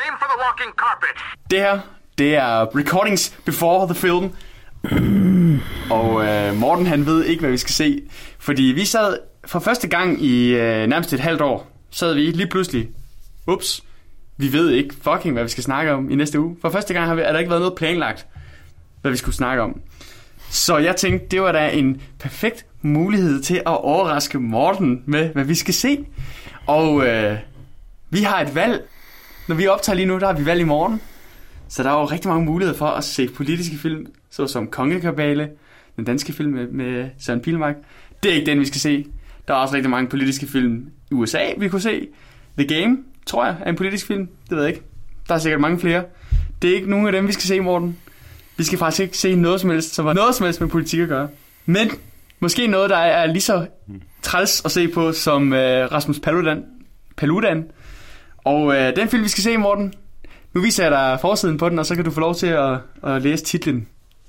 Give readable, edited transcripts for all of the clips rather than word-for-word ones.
Time for the walking carpet. Det her, det er recordings before the film. Og Morten, han ved ikke, hvad vi skal se. Fordi vi sad for første gang i nærmest et halvt år, sad vi lige pludselig. Ups, vi ved ikke fucking, hvad vi skal snakke om i næste uge. For første gang er der ikke været noget planlagt, hvad vi skulle snakke om. Så jeg tænkte, det var da en perfekt mulighed til at overraske Morten med, hvad vi skal se. Og vi har et valg. Når vi optager lige nu, der har vi valg i morgen. Så der er jo rigtig mange muligheder for at se politiske film, såsom Kongekabale, den danske film med Søren Pilmark. Det er ikke den, vi skal se. Der er også rigtig mange politiske film i USA, vi kunne se. The Game, tror jeg, er en politisk film. Det ved jeg ikke. Der er sikkert mange flere. Det er ikke nogen af dem, vi skal se, Morten. Vi skal faktisk ikke se noget som helst, som har noget som helst med politik at gøre. Men måske noget, der er lige så træls at se på som Rasmus Paludan. Og den film, vi skal se, Morten, nu viser jeg dig forsiden på den, og så kan du få lov til at læse titlen.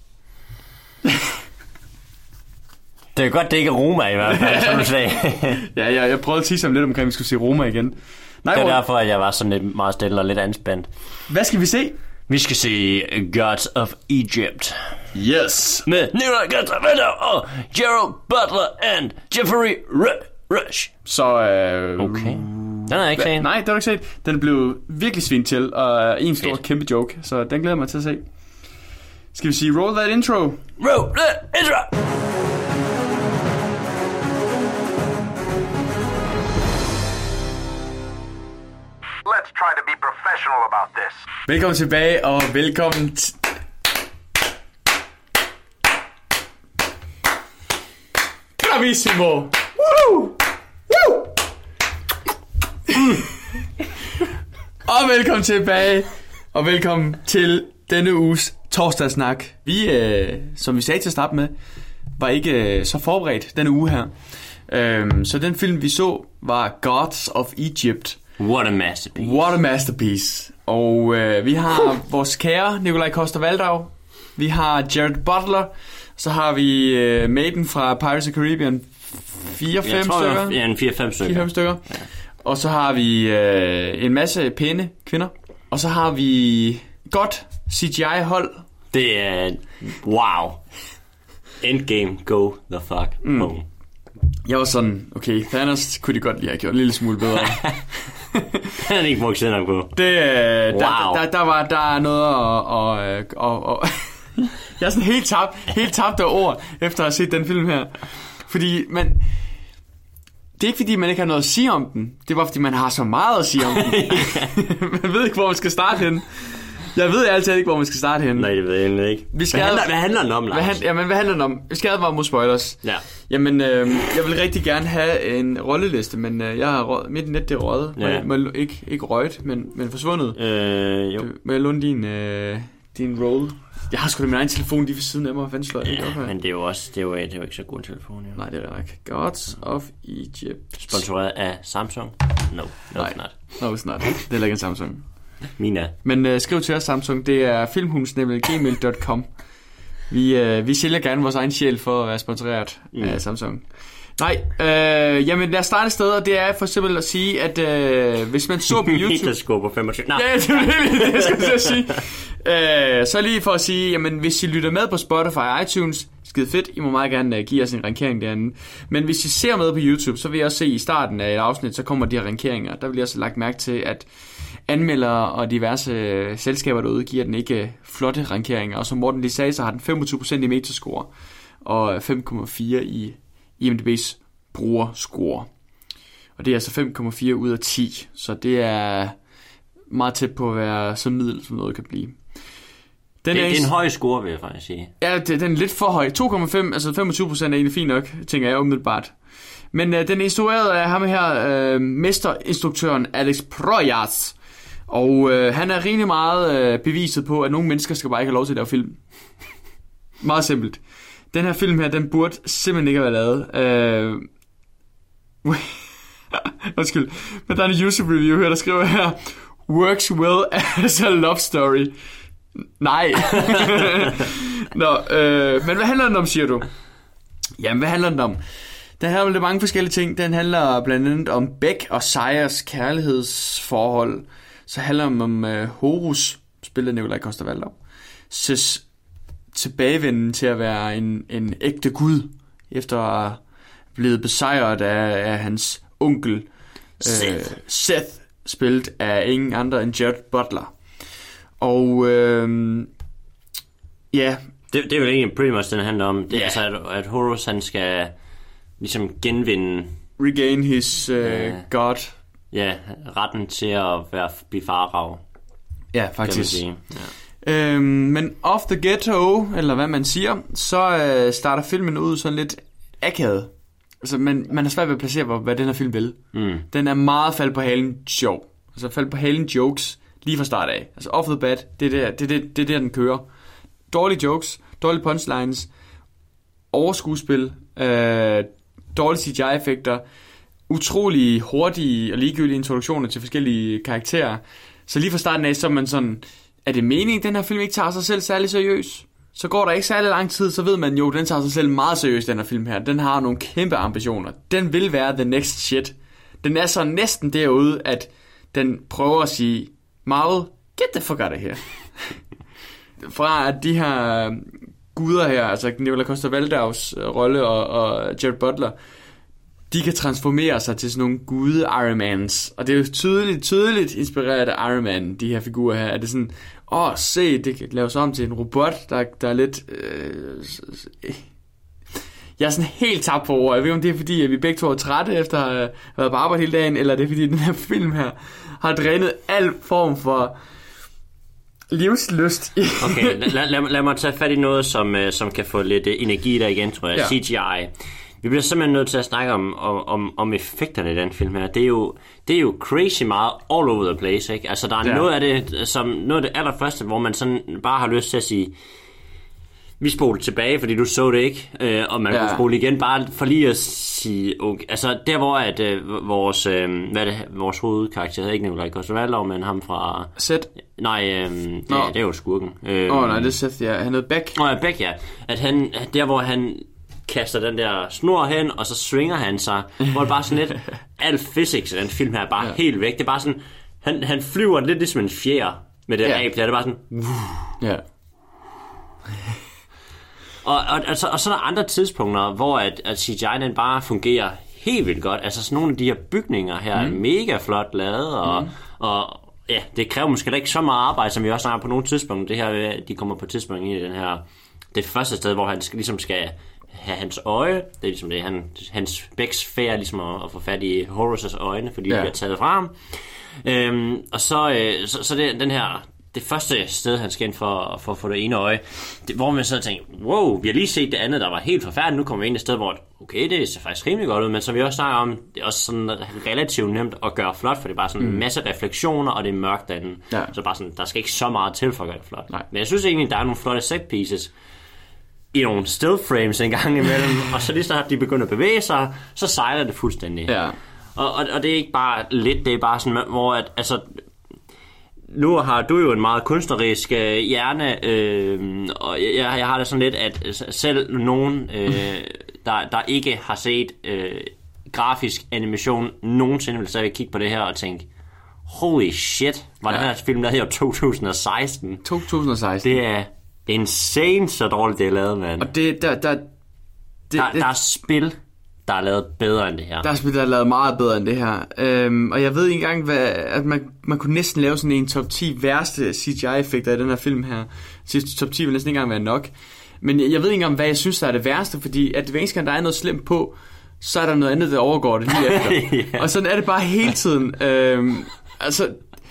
Det er godt, det ikke er Roma i hvert fald, som du sagde. Ja, jeg prøvede at sige lidt omkring, at vi skulle se Roma igen. Nej, det er derfor, at jeg var sådan lidt meget stille og lidt anspændt. Hvad skal vi se? Vi skal se Gods of Egypt. Yes. Med Nikolaj Coster-Waldau og Gerald Butler and Jeffrey Rush. Så okay. Den har jeg ikke set. Nej, det har du ikke set. Den blev virkelig svint til, og en stor kæmpe joke. Så den glæder mig til at se. Skal vi sige roll that intro? Roll that intro! Let's try to be professional about this. Velkommen tilbage, og velkommen Bravissimo! Woo! Woo! Og velkommen tilbage, og velkommen til denne uges torsdagssnak. Vi, som vi sagde til at starte med, var ikke så forberedt denne uge her. Så den film, vi så, var Gods of Egypt. What a masterpiece. What a masterpiece. Og vi har vores kære Nikolaj Coster-Waldau. Vi har Gerard Butler. Så har vi Maiden fra Pirates of the Caribbean. 4-5 stykker. Ja, en 4-5 stykker. 4-5 stykker. Ja. Og så har vi en masse pæne kvinder. Og så har vi godt CGI-hold. Det er... Wow. Endgame, go the fuck home. Jeg var sådan, okay, Thanos kunne de godt lige have gjort en lille smule bedre. Han er ikke brugt sender på. Det, der er noget og jeg er sådan helt tabt af ord, efter at have set den film her. Fordi det er ikke fordi, man ikke har noget at sige om den. Det er bare fordi, man har så meget at sige om den. Man ved ikke, hvor man skal starte henne. Jeg ved altid ikke, hvor man skal starte henne. Nej, det ved jeg egentlig ikke. Hvad handler den om, Lars? Hvad handler den om? Vi skal advare mod spoilers. Ja. Jamen, jeg vil rigtig gerne have en rolleliste, men jeg har mit net det er røget. Ja. Ikke røget, men forsvundet. Jo. Må jeg låne din roll? Jeg har sgu da min egen telefon lige ved siden af mig. Hvad slår jeg? Ja, men det er jo også det er jo ikke så god en telefon. Jo. Nej, det er ikke. Gods of Egypt. Sponsoreret af Samsung? No, it's not. No, it's not. Det er heller ikke en Samsung. Mina. Men skriv til os, Samsung. Det er filmhus@gmail.com. Vi sælger gerne vores egen sjæl for at være sponsoreret af Samsung. Nej, jamen lad os starte et sted, og det er for eksempel at sige, at hvis man så på YouTube... Der skubber 25. Ja, det er det, jeg skal til at sige. Så lige for at sige, jamen hvis I lytter med på Spotify og iTunes, skide fedt, I må meget gerne give os en rankering derinde. Men hvis I ser med på YouTube, så vil jeg også se i starten af et afsnit, så kommer de her rankeringer. Der vil jeg også lagt mærke til, at anmeldere og diverse selskaber derude giver den ikke flotte rankeringer. Og som Morten lige sagde, så har den 25% i metascore og 5,4 i IMDb's brugerscore. Og det er altså 5,4 ud af 10. Så det er meget tæt på at være så middel, som noget kan blive. Det er en høj score, vil jeg faktisk sige. Ja, den er lidt for høj. 2,5, altså 25% er egentlig fint nok, tænker jeg umiddelbart. Men den er instrueret af ham her, mesterinstruktøren Alex Proyas. Og han er rimelig meget beviset på, at nogle mennesker skal bare ikke have lov til at lave film. Meget simpelt. Den her film her, den burde simpelthen ikke have været lavet. Undskyld. Men der er en YouTube-review her, der skriver her, works well as a love story. Nej. Nå, men hvad handler den om, siger du? Jamen, hvad handler den om? Den handler om mange forskellige ting. Den handler blandt andet om Beck og Sayers kærlighedsforhold, så handler det om Horus, spillet Nikolaj Coster-Waldau, tilbagevenden til at være en ægte gud, efter at have blevet besejret af hans onkel Seth, spillet af ingen andre end Jared Butler. Og ja... Det er jo egentlig pretty much, den handler om. Det er altså, at Horus, han skal ligesom genvinde... Regain his god. Ja, retten til at blive farao. Ja, faktisk. Ja. Men off the ghetto, eller hvad man siger, så starter filmen ud sådan lidt akavet. Altså, man har svært ved at placere, hvad den her film vil. Den er meget fald på halen sjov. Altså fald på halen jokes lige fra start af. Altså off the bat, det er der den kører. Dårlige jokes, dårlige punchlines, overskuespil, dårlige CGI-effekter, utrolig hurtige og ligegyldige introduktioner til forskellige karakterer. Så lige fra starten af, så er man sådan, er det meningen, at den her film ikke tager sig selv særlig seriøs? Så går der ikke særlig lang tid, så ved man jo, den tager sig selv meget seriøst, den her film her. Den har nogle kæmpe ambitioner. Den vil være the next shit. Den er så næsten derude, at den prøver at sige, Marvel, get the fuck out of here. Fra at de her guder her, altså Nikolaj Coster-Waldaus rolle og Jared Butler, de kan transformere sig til sådan nogle gude Ironmans. Og det er jo tydeligt inspireret af Iron Man, de her figurer her. Er det sådan, se, det kan laves om til en robot, der er lidt... Jeg er sådan helt tabt på ord. Jeg ved ikke, om det er fordi, at vi begge to er trætte efter at have været på arbejde hele dagen, eller det er fordi, den her film her har drænet al form for livslyst. Okay, lad mig tage fat i noget, som kan få lidt energi der igen, tror jeg. Ja. CGI. Vi bliver simpelthen nødt til at snakke om effekterne i den film her. Det er jo crazy meget all over the place, ikke? Altså, der er noget af det, som noget af det allerførste, hvor man sådan bare har lyst til at sige, vi spoler tilbage, fordi du så det ikke, og man kunne spole igen, bare for lige at sige, okay, altså der hvor at vores hovedkarakter hedder ikke Nikolaj Coster-Waldau, men ham fra... Seth? Nej, det er jo skurken. Nej, det er Seth, ja. Han hedder Beck. Beck, ja. At han, der hvor han kaster den der snor hen, og så svinger han sig, hvor det bare sådan lidt, al physics i den film her er bare helt væk. Det er bare sådan, han flyver lidt ligesom en fjer med det ræb, det er bare sådan... Ja. Og så er der andre tidspunkter, hvor at CGI den bare fungerer helt vildt godt. Altså sådan nogle af de her bygninger her er mega flot lavet, og ja, det kræver måske ikke så meget arbejde, som vi også snakker på nogle tidspunkter. Det her, de kommer på tidspunkt ind i den her, det første sted, hvor han ligesom skal have hans øje. Det er ligesom det, hans Becks færd ligesom at få fat i Horus' øjne, fordi de bliver taget fra ham. Og så det, den her... Det første sted, han skal ind for at få det ene øje, hvor man så tænker, wow, vi har lige set det andet, der var helt forfærdeligt. Nu kommer vi ind et sted, hvor, okay, det ser faktisk rimelig godt ud, men som vi også snakker om, det er også sådan relativt nemt at gøre flot, for det er bare sådan en masse refleksioner, og det er mørkt derinde. Ja. Så bare sådan, der skal ikke så meget til for at gøre det flot. Nej. Men jeg synes egentlig, der er nogle flotte set pieces i nogle still frames en gang imellem, og så lige snart de begynder at bevæge sig, så sejler det fuldstændig. Ja. Og det er ikke bare lidt, det er bare sådan, hvor at, altså... Nu har du jo en meget kunstnerisk hjerne, og jeg har det sådan lidt, at selv nogen, der ikke har set grafisk animation, nogensinde vil stadig kigge på det her og tænke, holy shit, var den her film lavet her 2016? 2016. Det er insane, så dårligt det er lavet, mand. Og der er spil, der er lavet bedre end det her. Der er spil, der er lavet meget bedre end det her. Og jeg ved ikke engang, at man kunne næsten lave sådan en top 10 værste CGI-effekter i den her film her. Så top 10 vil næsten ikke engang være nok. Men jeg ved ikke engang, hvad jeg synes, der er det værste, fordi at hver eneste gang, der er noget slemt på, så er der noget andet, der overgår det lige efter. Yeah. Og sådan er det bare hele tiden. Altså,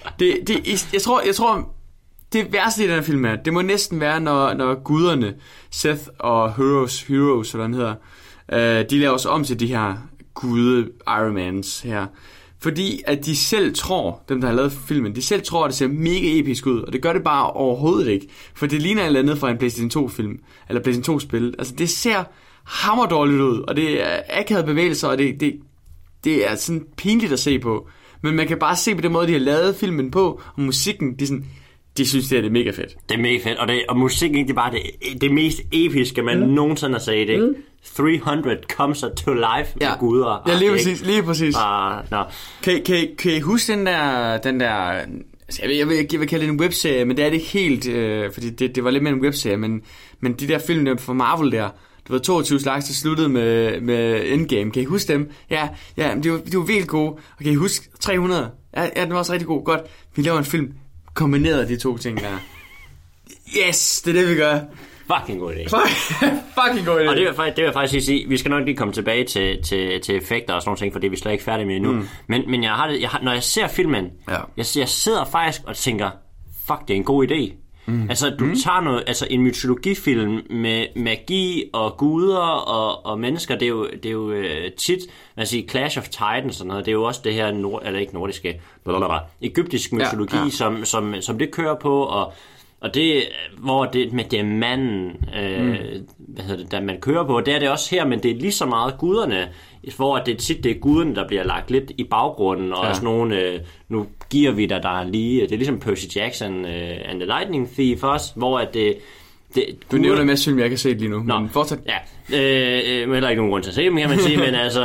jeg tror, det værste i den her film er, det må næsten være, når guderne, Seth og Heroes, eller han hedder, de laver os om til de her gude Ironmans her. Fordi at de selv tror, dem der har lavet filmen, de selv tror, at det ser mega episk ud. Og det gør det bare overhovedet ikke. For det ligner et eller andet fra en PlayStation 2-film. Eller PlayStation 2-spil. Altså det ser hammerdårligt ud. Og det er akavet bevægelser. Og det er sådan pinligt at se på. Men man kan bare se på den måde, de har lavet filmen på. Og musikken, de synes, det er mega fedt. Det er mega fedt, og musikken, det er bare det mest episke, man nogensinde har set, ikke? 300 comes to life med guder. Ja, lige præcis. No. Kan I huske den der Jeg vil kalde det en webserie, men det er det ikke helt, fordi det var lidt mere en webserie, men de der film fra Marvel der, det var 22 slags, der sluttede med Endgame. Kan I huske dem? Ja, de var virkelig gode. Og kan I huske 300? Ja, den var også rigtig god. Godt, vi laver en film kombineret af de to ting der. Yes, det er det, vi gør. Fucking god idé. Fucking god idé. Og det vil jeg faktisk sige, vi skal nok lige komme tilbage til effekter og sådan nogle ting, for det er vi slet ikke færdige med endnu. Men når jeg ser filmen, jeg sidder faktisk og tænker, fuck, det er en god idé. Altså, du tager noget, altså en mytologifilm med magi og guder og mennesker, det er jo tit, man siger Clash of Titans og sådan noget, det er jo også det her eller ikke nordiske, egyptisk mytologi, som det kører på, og det, hvor det med diamanten, der man kører på, det er det også her, men det er lige så meget guderne, hvor det er guderne, der bliver lagt lidt i baggrunden, og sådan nogle, nu giver vi dig der lige, det er ligesom Percy Jackson and the Lightning Thief også, hvor at du nævner en masse film, jeg kan se det lige nu, men fortsat. Ja, men heller ikke nogen grund til at se dem, kan man sige, men altså,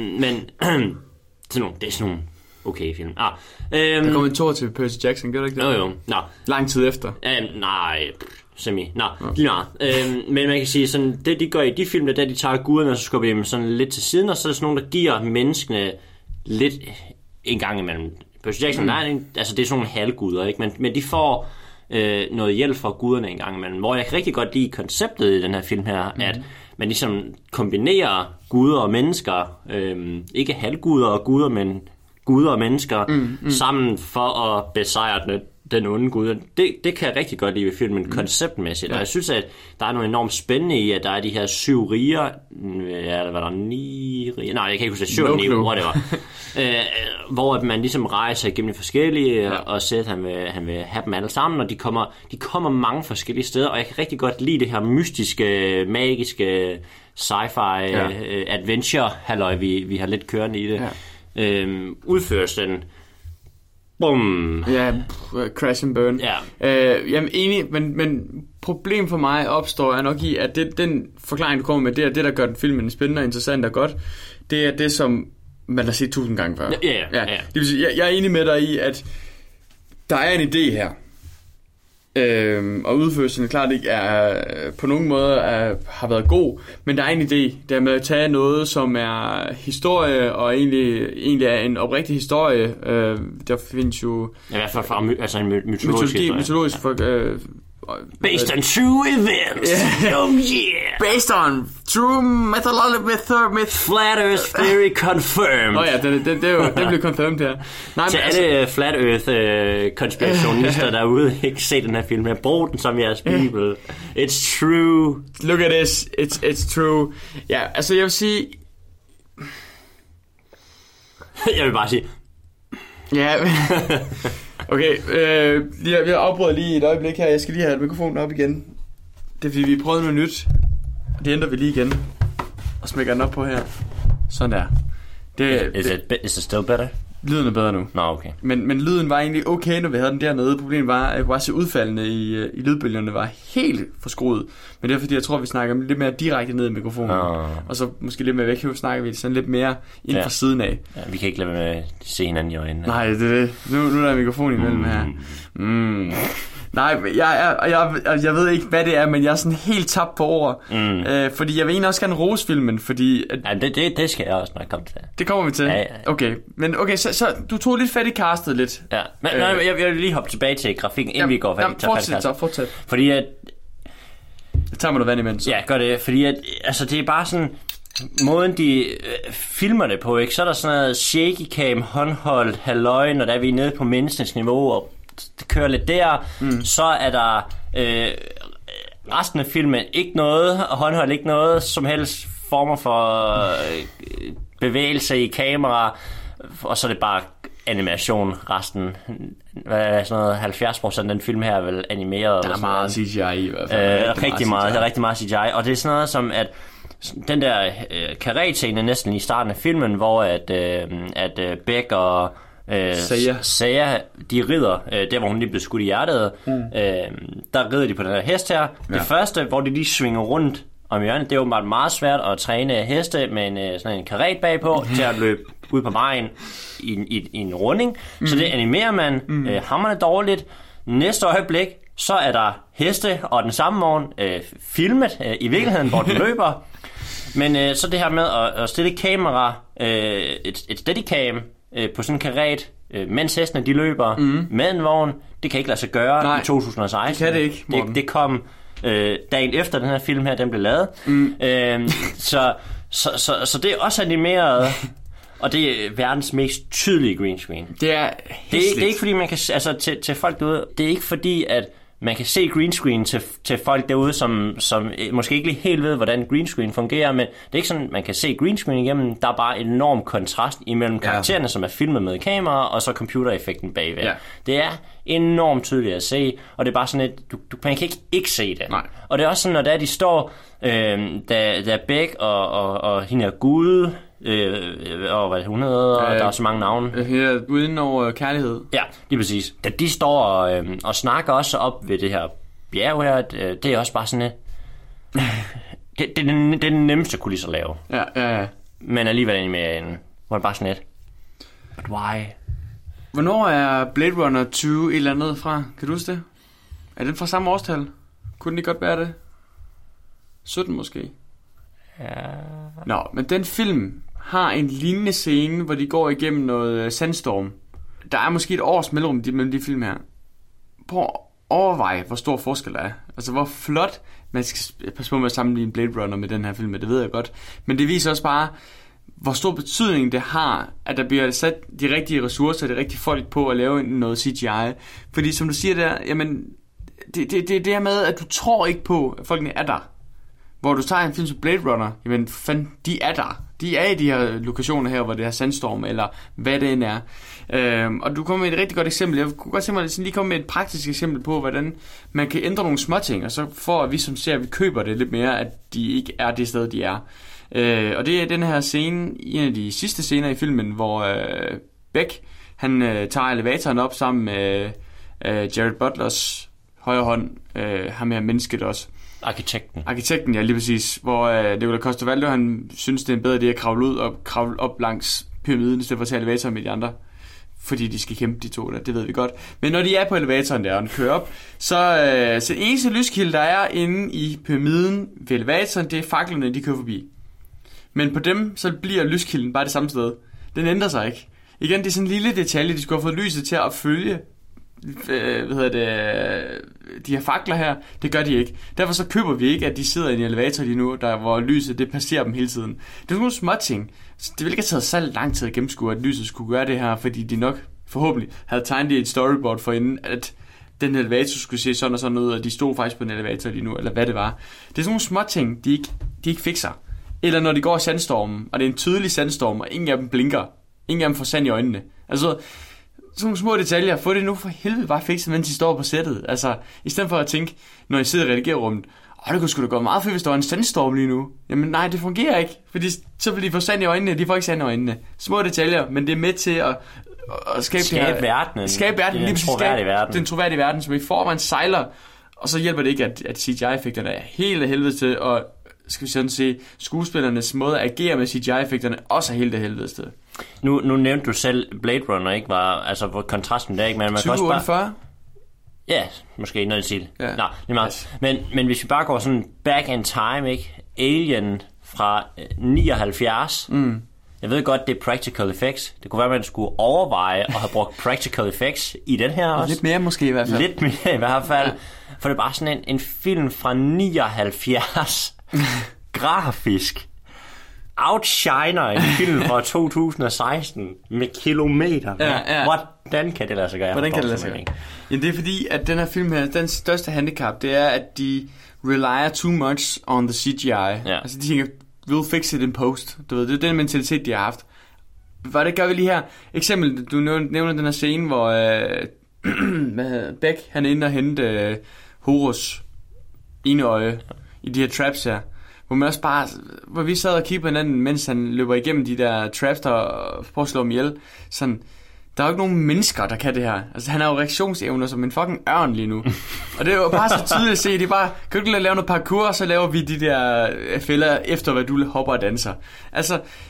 det er sådan nogle okay film. Der kom en tor til Percy Jackson, gør det ikke det? Jo. Nå. Lang tid efter. Nej, semi. Lige meget. Men man kan sige, sådan, det de gør i de film, der de tager guderne, og så skubber de dem sådan lidt til siden, og så er der sådan nogle, der giver menneskene lidt en gang imellem. Percy Jackson, altså det er sådan nogle halvguder, ikke? Men de får noget hjælp fra guderne en gang imellem, hvor jeg kan rigtig godt lide konceptet i den her film her, at man ligesom kombinerer guder og mennesker, ikke halvguder og guder, men guder og mennesker sammen for at besejre den onde gud. Det kan jeg rigtig godt lide ved filmen konceptmæssigt. Og jeg synes, at der er noget enormt spændende i, at der er de her 7 riger. Ja, der var der 9 riger. Nej, jeg kan ikke huske, 7 eller 9, hvor det var. Hvor man ligesom rejser igennem de forskellige, og siger, at han vil have dem alle sammen, og de kommer mange forskellige steder, og jeg kan rigtig godt lide det her mystiske, magiske sci-fi adventure halløj, vi har lidt kørende i det. Udførelsen. Bum. Ja, crash and burn. Jeg er enig, men problem for mig opstår er nok i, at den forklaring, du kommer med, det er det, der gør den filmen spændende og interessant og godt. Det er det, som man har set 1000 gange før. Ja. Det vil sige, jeg er enig med dig i, at der er en idé her. Og udførelsen klart ikke er på nogen måde har været god, men der er en idé, der med at tage noget, som er historie, og egentlig er en oprigtig historie. Der findes jo i hvert fald altså en mytologisk based on true events. Based on true myth. Flat Earth theory confirmed. Det blev confirmed her. Nej, til alle Flat Earth konspirationister derude, ikke se den her film her. Brug den som jeres bibel. It's true. Look at this. It's true. Ja, altså jeg vil sige... Jeg vil bare sige... Ja, okay, vi afbryder lige et øjeblik her. Jeg skal lige have mikrofonen op igen. Det er fordi vi prøvede noget nyt. Det ændrer vi lige igen. Og smækker den op på her. Sådan der. Is it still better? Lyden er bedre nu. Nå, okay. Men lyden var egentlig okay, når vi havde den dernede. Problemet var, at jeg kunne bare se udfaldene i lydbølgerne var helt forskruet. Men det er fordi, jeg tror, vi snakker lidt mere direkte ned i mikrofonen. Og så måske lidt mere væk, så snakker vi sådan lidt mere ind fra siden af. Ja, vi kan ikke lade med at se hinanden i øjnene. Nej, det er det. Nu er der mikrofon imellem her. Nej, jeg ved ikke, hvad det er, men jeg er sådan helt tabt på ord. Fordi jeg vil egentlig også gerne rose filmen, fordi... det skal jeg også nok komme til. Det kommer vi til? Ja. Okay, men okay, så du tog lidt fat i castet lidt. Ja, men jeg vil lige hoppe tilbage til grafikken, inden vi går fat i castet. Fortsæt. Fordi at... Jeg tager mig noget vand imens. Ja, gør det, fordi at, altså det er bare sådan... Måden de filmer det på, ikke? Så er der sådan noget shaky cam, håndholdt, halløj, når der er vi nede på menneskens niveau, og det kører lidt der. Så er der resten af filmen ikke noget, og håndholdt ikke noget som helst former for bevægelse i kamera, og så er det bare animation resten. Hvad er sådan noget, 70% af den film her er vel animeret. Der er meget CGI i hvert fald. Rigtig meget CGI, og det er sådan noget som, at den der karet-scene næsten i starten af filmen, hvor at Beck og Saya, de rider, der hvor hun lige blev skudt i hjertet, der rider de på den her hest her. Det første, hvor de lige svinger rundt om hjørnet, det er åbenbart meget svært at træne heste med sådan en karet bagpå til at løbe ude på vejen i en runding. Så det animerer man hamrende dårligt. Næste øjeblik, så er der heste og den samme vogn filmet i virkeligheden, hvor den løber. Men så det her med at stille kamera, et steadicam på sådan en karet, mens hestene de løber med en vogn, det kan ikke lade sig gøre i 2016. Det kan det ikke, Morten. Det kom dagen efter den her film her, den blev lavet. Så det er også animeret, og det er verdens mest tydelige green screen. Det er ikke fordi man kan, altså til folk derude, det er ikke fordi at man kan se green screen til folk derude, som måske ikke lige helt ved, hvordan green screen fungerer, men det er ikke sådan, man kan se green screen igennem. Der er bare en enorm kontrast imellem karaktererne, som er filmet med kamera, og så computereffekten bagved. Ja. Det er enormt tydeligt at se, og det er bare sådan, at man kan ikke se det. Nej. Og det er også sådan, når de står, da Beck og hende er Gud, og hvad hun hedder, og der er så mange navne. Her uden over kærlighed. Ja, lige præcis. Da de står og snakker også op ved det her bjerg her, det er også bare sådan et... det er den nemmeste kulisse at lave. Ja. Men alligevel animeringen, hvor det bare sådan et... But why? Hvornår er Blade Runner 20 et eller andet fra? Kan du huske det? Er den fra samme årstal? Kunne den ikke godt være det? 17 måske? Ja... Nå, men den film har en lignende scene, hvor de går igennem noget sandstorm. Der er måske et års mellemrum mellem de film her. Prøv at overveje, hvor stor forskel der er. Altså, hvor flot man skal passe på med at sammenligne Blade Runner med den her film, det ved jeg godt. Men det viser også bare, hvor stor betydning det har, at der bliver sat de rigtige ressourcer, de rigtige folk på at lave noget CGI. Fordi som du siger der, jamen, det er med, at du tror ikke på, at folkene er der. Hvor du tager en film som Blade Runner, jamen fanden, de er der. De er i de her lokationer her, hvor det er sandstorm, eller hvad det end er. Og du kommer med et rigtig godt eksempel. Jeg kunne godt tænke mig lige komme med et praktisk eksempel på, hvordan man kan ændre nogle småting, og så for at vi som ser, vi køber det lidt mere, at de ikke er det sted, de er. Og det er den her scene, en af de sidste scener i filmen, hvor Beck, han tager elevatoren op sammen med Jared Butlers højre hånd, ham her mennesket også. Arkitekten, ja, lige præcis. Hvor Nicolas Coster-Waldau, han synes, det er en bedre idé at kravle op langs pyramiden, i stedet for at tage elevatoren med de andre. Fordi de skal kæmpe, de to der, det ved vi godt. Men når de er på elevatoren der, og den kører op, så eneste lyskilde, der er inde i pyramiden ved elevatoren, det er faklerne, de kører forbi. Men på dem, så bliver lyskilden bare det samme sted. Den ændrer sig ikke. Igen, det er sådan en lille detalje, de skulle have fået lyset til at følge de her fakler her. Det gør de ikke. Derfor så køber vi ikke, at de sidder i en elevator lige nu, hvor lyset det passerer dem hele tiden. Det er sådan nogle små ting. Det ville ikke have taget så lang tid at gennemskue, at lyset skulle gøre det her, fordi de nok forhåbentlig havde tegnet et storyboard for inden, at den elevator skulle se sådan og sådan ud, og de stod faktisk på en elevator lige nu, eller hvad det var. Det er sådan nogle små ting, de ikke fikser. Eller når de går i sandstormen, og det er en tydelig sandstorm, og ingen af dem blinker. Ingen af dem får sand i øjnene. Altså, sådan nogle små detaljer. Få det nu for helvede bare fikset, mens de står på sættet. Altså, i stedet for at tænke, når I sidder i redigerrummet, det kunne sgu da gå meget fedt, hvis der var en sandstorm lige nu. Jamen nej, det fungerer ikke. Fordi så vil de få sand i øjnene, de får ikke sand i øjnene. Små detaljer, men det er med til at skabe verdenen. Skabe verden, lige præcis. Den troværdige verden, som i forvejen sejler. Og så hjælper det ikke, at CGI-effekterne er helt af helvede til, og skal vi sådan se, skuespillernes måde at agere med CGI-effekterne også er helt af helvede til. Nu nævnte du selv Blade Runner, ikke? Altså, hvor kontrasten der, ikke? Men man 2048? Ja, måske noget til. Ja. Nå, det er meget. Yes. Men hvis vi bare går sådan back in time, ikke? Alien fra 79. Jeg ved godt, det er practical effects. Det kunne være, at man skulle overveje at have brugt practical effects i den her også. Lidt mere måske i hvert fald. Lidt mere i hvert fald. Ja. For det er bare sådan en film fra 79. Grafisk. Outshiner en film fra 2016 med kilometer. Ja. Hvordan kan det lade sig gøre? Hvordan kan det lade sig gøre? Jamen, det er fordi, at den her film her, den største handicap, det er, at de relyer too much on the CGI. Ja. Altså, de tænker, we'll fix it in post. Du ved, det er den mentalitet, de har haft. Hvad det gør vi lige her? Eksempel, du nævner den her scene, hvor Beck, han er inde og hente Horus ene øje i de her traps her. Hvor vi sad og kiggede på hinanden, mens han løber igennem de der traps, der prøver at slå ham ihjel. Sådan, der er jo ikke nogen mennesker, der kan det her. Altså, han har jo reaktionsevner som en fucking ørn lige nu. Og det er jo bare så tydeligt at se. Det er bare, kan du ikke lave noget parkour, og så laver vi de der fælder efter, hvad du hopper og danser. Altså,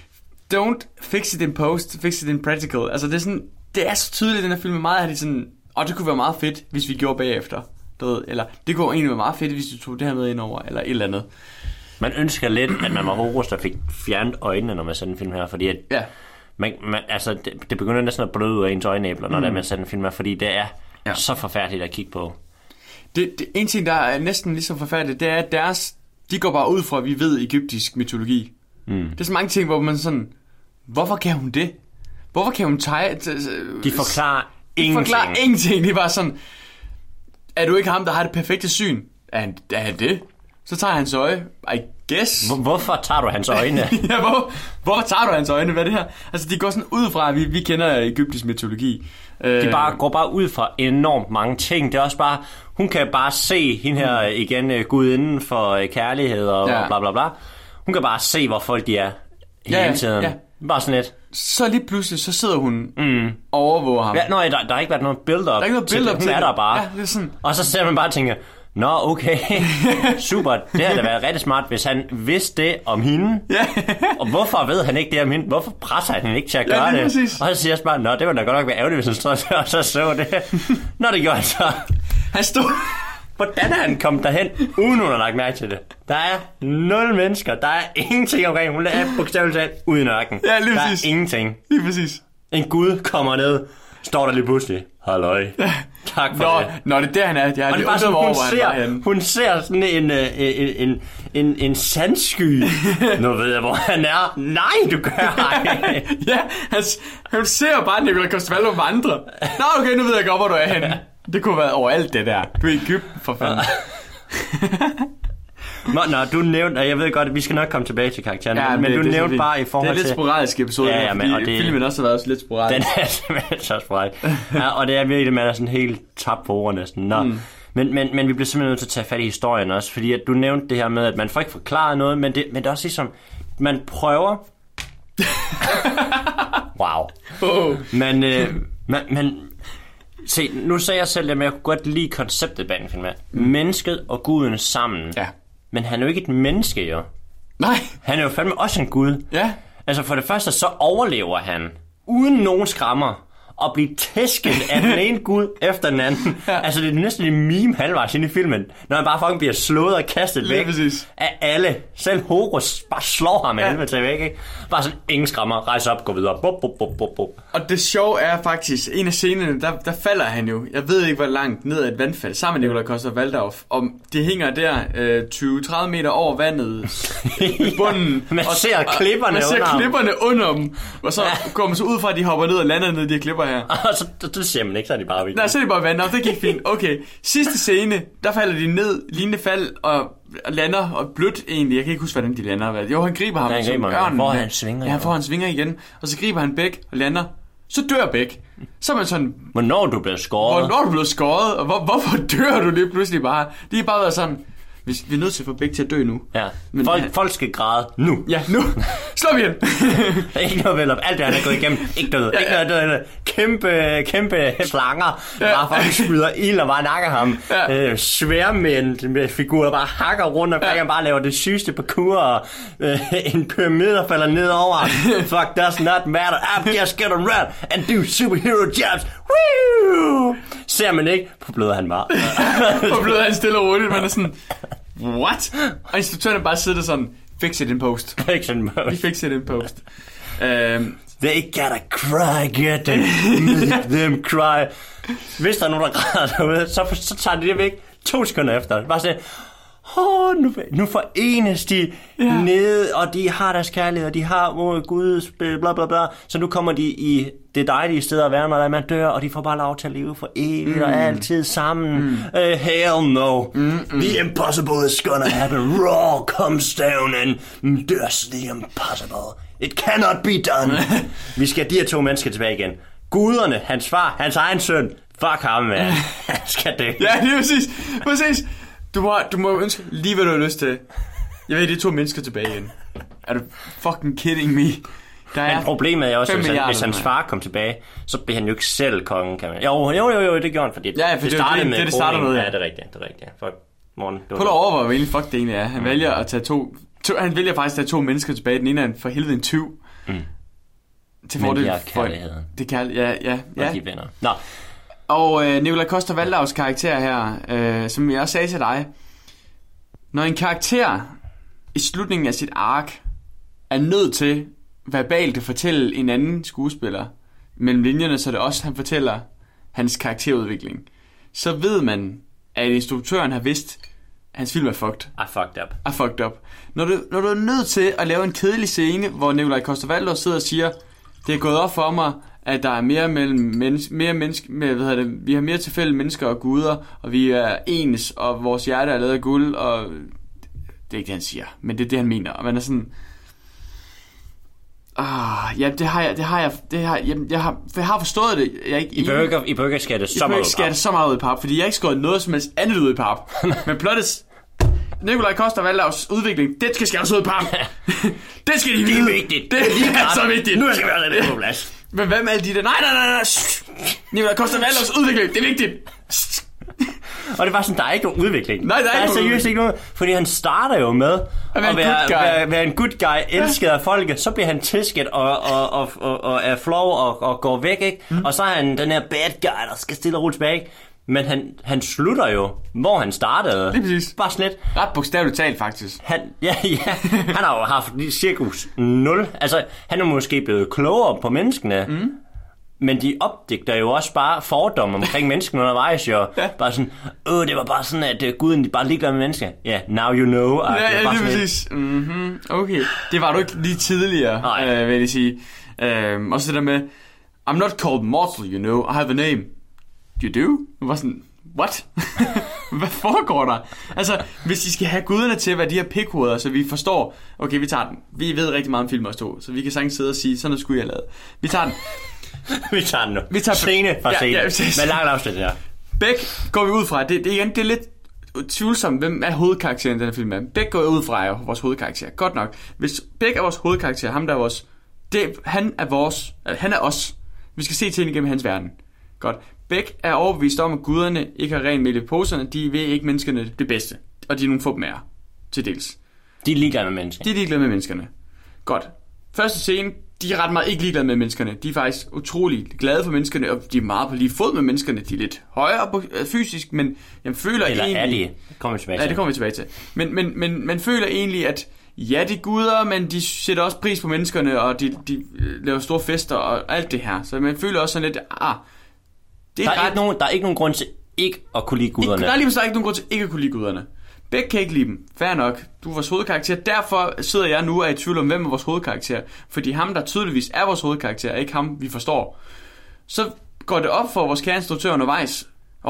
don't fix it in post, fix it in practical. Altså, det er så tydeligt, den her film er meget, at det sådan, det kunne være meget fedt, hvis vi gjorde bagefter. Eller, det kunne egentlig være meget fedt, hvis du tog det her med ind over, eller et eller andet. Man ønsker lidt, at man var Horus, der fik fjernet øjnene, når man sender en film her, fordi at altså, det begynder næsten at bløde ud af ens øjenæbler, når man sender en film her, fordi det er så forfærdeligt at kigge på. En ting, der er næsten lige så forfærdeligt, det er, at de går bare ud fra, at vi ved egyptisk mytologi. Det er så mange ting, hvor man sådan, hvorfor kan hun det? Hvorfor kan hun de forklarer ingenting. Det er bare sådan, er du ikke ham, der har det perfekte syn? Er han det? Så tager han hans øje. I guess. Hvorfor tager du hans øjne? Ja, hvorfor tager du hans øjne? Hvad er det her? Altså, de går sådan ud fra, at vi kender egyptisk mytologi. De går bare ud fra enormt mange ting. Det er også bare, hun kan bare se hende her igen, gudinden for kærlighed og bla bla bla. Hun kan bare se, hvor folk de er hele tiden. Ja. Bare sådan lidt. Så lige pludselig, så sidder hun og overvåger ham. Ja, der har ikke været noget build-up. Der er ikke noget build-up til hun er der bare. Ja, det er sådan. Og så ser man bare og tænker, nå, okay, super. Det havde da været rigtig smart, hvis han vidste det om hende. Og hvorfor ved han ikke det om hende? Hvorfor presser han hende ikke til at gøre det? Præcis. Og så siger jeg bare, nå, det var da godt nok være ærgerligt, hvis han stod og så det. Nå, det gjorde han så. Han stod... Hvordan er han kommet derhen, uden hun har lagt mærke til det? Der er 0 mennesker. Der er ingenting omkring. Hun er bogstaveligt talt uden ørken. Ja, lige præcis. Der er ingenting. Lige præcis. En gud kommer ned, står der lige pludselig. Halløj. Tak for det. Nå, det er der, han er. Jeg er bare sådan, hun ser sådan en sandsky. Nu ved jeg, hvor han er. Nej, du gør ej. Ja, han ser bare Nikolaj Coster-Waldau vandre. Nå, okay, nu ved jeg godt, hvor du er henne. Det kunne have været overalt det der. Du er i Egypten, for fanden. Nå, du nævnte, og jeg ved godt, at vi skal nok komme tilbage til karakteren, men du nævnte bare i forhold til... Det er lidt sporadisk episode, fordi filmen også har været lidt sporadisk. Den er simpelthen så sporadisk. Og det er virkelig, man er sådan helt tabt på ord næsten. Nå. Men vi bliver simpelthen nødt til at tage fat i historien også, fordi at du nævnte det her med, at man får ikke forklaret noget, men det er også ligesom, man prøver... Wow. Men se, nu sagde jeg selv, at jeg kunne godt lide konceptet bag den film. Mennesket og guden sammen. Ja. Men han er jo ikke et menneske, jo. Nej. Han er jo fandme også en gud. Ja. Altså for det første, så overlever han uden nogen skrammer og blive tæsket af den ene gud efter den anden. Ja. Altså det er næsten en meme halvvejs inde i filmen, når han bare fucking bliver slået og kastet væk af alle. Selv Horus bare slår ham helvede til væk, ikke? Bare sådan, ingen skrammer, rejse op, gå videre. Bop. Og det sjove er faktisk, en af scenerne, der falder han jo, jeg ved ikke hvor langt, ned ad et vandfald, sammen med Nikolaj Coster-Waldau. Og det hænger der 20-30 meter over vandet i bunden. Man ser klipperne under dem. Og så går man så ud fra, at de hopper ned og lander ned i de her klipper her. Og så det ser man ikke, så er de bare vildt. Nej, så er de bare vand. Det gik fint. Okay, sidste scene, der falder de ned, lignende fald, og lander, og blødt egentlig. Jeg kan ikke huske, hvordan de lander. Jo, han griber ham som ørnen. Hvor han svinger. Ja, han svinger igen. Og så griber han Bæk og lander. Så dør Bæk. Så er man sådan... Hvornår du blev skåret? Og hvorfor dør du lige pludselig bare? De er bare været sådan... Vi er nødt til at få Bæk til at dø nu. Ja. Men folk skal græde nu. Ja, nu. Slå igen. Ikke noget vel op. Alt det, han er gået igennem. Ikke død. Ikke noget kæmpe slanger. Bare folk skyder ild og bare nakker ham. Sværmænd med figurer bare hakker rundt og han bare laver det sygeste parkour. Og en pyramide, der falder ned over. Fuck, does not matter. I'm just gonna run and do superhero jobs. Woo! Ser man ikke, på bløder han bare. På bløder han stille og roligt. Man er sådan... What? Og instruktøren bare sidder sådan, fix it in post. Fix it in post. Vi fix it in post. They gotta cry, get them. Make them cry. Hvis der er nogen, der græder derude, så tager de det væk 2 sekunder efter. Bare sådan, nu forenes de nede, og de har deres kærlighed, og de har Guds bla bla bla. Så nu kommer de i det dejlige sted at være, når man dør, og de får bare lov til at leve for evigt og altid sammen. Hell no. The impossible is gonna happen. Raw comes down and does the impossible. It cannot be done. Vi skal have de her 2 mennesker tilbage igen. Guderne, hans far, hans egen søn. Fuck ham, man. Han skal dø. Ja, det er præcis. Du må ønske lige, hvad du har lyst til. Jeg ved, det er 2 mennesker tilbage igen. Er du fucking kidding me? Men problemet er også, hvis hans far kom tilbage, så blev han jo ikke selv kongen, kan man. Jo, det gjorde han, fordi det startede med. Det starter med, ja, det er rigtigt. Fuck, morgen. Prøv at overveje, hvor egentlig fuck det egentlig er. Han vælger at tage han vælger faktisk at tage 2 mennesker tilbage. Den ene er for helvede en tyv. til Men fordel de har for kærligheden. det ja. Og de venner. Nå, Og Nikolaj Coster-Waldau's karakter her, som jeg også sagde til dig, når en karakter i slutningen af sit ark er nødt til verbalt at fortælle en anden skuespiller mellem linjerne, så det også han fortæller hans karakterudvikling, så ved man, at instruktøren har vidst, at hans film er fucked. I fucked up. Når du er nødt til at lave en kedelig scene, hvor Nikolaj Coster-Waldau sidder og siger, det er gået op for mig, at der er mere mellem vi har mere tilfælde mennesker og guder, og vi er ens, og vores hjerte er lavet af guld, og det er ikke det, han siger, men det er det, han mener. Og man er sådan, ja, jeg har forstået det. I bør ikke skære det så meget ud i pap, fordi jeg har ikke skåret noget som helst andet ud i pap. Men plottet Nikolaj Coster-Waldau's udvikling, det skal skæres ud i pap. Det skal de vide. Det er vigtigt. Det er så vigtigt. Nu skal vi have det på plads. Men hvad med alle de der? Nej. Nikolaj Coster-Waldau's udvikling, det er vigtigt. Og det var sådan, der er ikke nogen udvikling. Nej, der er seriøst ikke nogen. Fordi han starter jo med at være en good guy, elsket af folket. Så bliver han tæsket og er flov og går væk, ikke? Og så er han den her bad guy, der skal stille og roligt tilbage, ikke? Men han slutter jo, hvor han startede. Lige præcis. Bare sådan lidt. Ret bogstaveligt talt, faktisk. Han har jo haft cirkus 0. Altså, han er måske blevet klogere på menneskene. Men de opdigter jo også bare fordomme omkring menneskene undervejs, jo. Ja. Bare sådan, det var bare sådan, at guden de bare ligeglade med mennesker. Ja, yeah, now you know. Ja, det er præcis. Okay. Det var du ikke lige tidligere, vil jeg sige. Også det der med, I'm not called mortal, you know. I have a name. You do? Det var sådan, what? Hvad foregår der? Altså, hvis de skal have guderne til at være de her pikhoveder, så vi forstår, okay, vi tager den. Vi ved rigtig meget om film også to, så vi kan sagtens sidde og sige, sådan noget skulle jeg lave. Vi tager den. Vi tager den nu. Scene for scene. Med langt afsnit her. Beck går vi ud fra. Det er lidt tvivlsomt, hvem er hovedkarakteren i den her film. Beck går ud fra vores hovedkarakter. Godt nok. Hvis Beck er vores hovedkarakter, ham der er vores... han er os. Vi skal se tingene gennem hans verden. Godt. Beck er overbevist om, at guderne ikke har ren mel i poserne. De vil ikke menneskerne det bedste. Og de er nogle få dem er. Til dels. De er ligeglade med menneskerne. De er ligeglade med menneskerne. Godt. Første scene, de er ret meget ikke ligeglade med menneskerne. De er faktisk utrolig glade for menneskerne, og de er meget på lige fod med menneskerne. De er lidt højere fysisk, men jeg føler eller egentlig... Eller er de? Det kommer vi tilbage til. Men man føler egentlig, at ja, de er guder, men de sætter også pris på menneskerne, og de laver store fester og alt det her. Så man føler også sådan lidt, der er ikke nogen grund til ikke at kunne lide guderne. Der er lige ikke nogen grund til ikke at kunne lide guderne. Beck kan ikke lide dem. Fair nok. Du er vores hovedkarakter. Derfor sidder jeg nu og er i tvivl om, hvem er vores hovedkarakter. Fordi ham, der tydeligvis er vores hovedkarakter, er ikke ham, vi forstår. Så går det op for vores kære instruktør undervejs.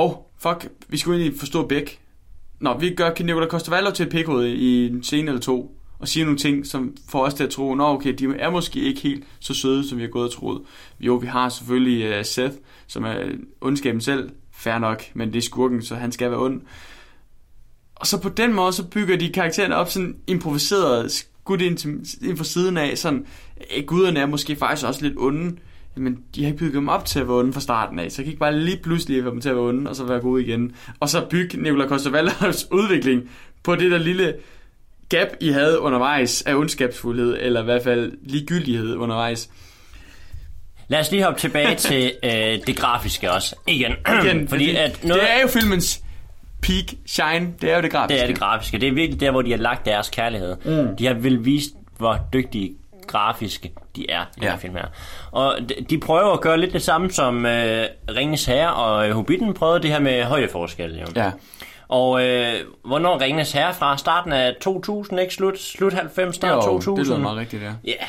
Vi skulle egentlig forstå Beck. Vi gør Nikolaj Coster-Waldau til et pikhoved i en scene eller to. Og siger nogle ting, som får os til at tro, okay, de er måske ikke helt så søde, som vi har gået og troet. Jo, vi har selvfølgelig Seth, som er ondskaben selv. Fair nok, men det er skurken, så han skal være ond. Og så på den måde, så bygger de karaktererne op sådan improviseret, skudt ind på siden af, sådan, guderne er måske faktisk også lidt onde, men de har ikke bygget dem op til at være onde fra starten af, så jeg kan ikke bare lige pludselig få dem til at være onde, og så være gode igen. Og så bygge Nikolaj Coster-Waldau's udvikling på det der lille gap, I havde undervejs af ondskabsfuldhed, eller i hvert fald ligegyldighed undervejs. Lad os lige hoppe tilbage til det grafiske også. Igen. Fordi at noget... Det er jo filmens peak shine, det er jo det grafiske. Det er det grafiske. Det er virkelig der, hvor de har lagt deres kærlighed. De har vel vist, hvor dygtige grafiske de er i den her film her. Og de prøver at gøre lidt det samme som Ringenes Herre og Hobbiten prøvede det her med højdeforskel. Jo. Ja. Og hvornår Ringenes Herre fra starten af 2000, ikke? Slut 90, start 2000. Det lyder meget rigtigt, ja. Ja.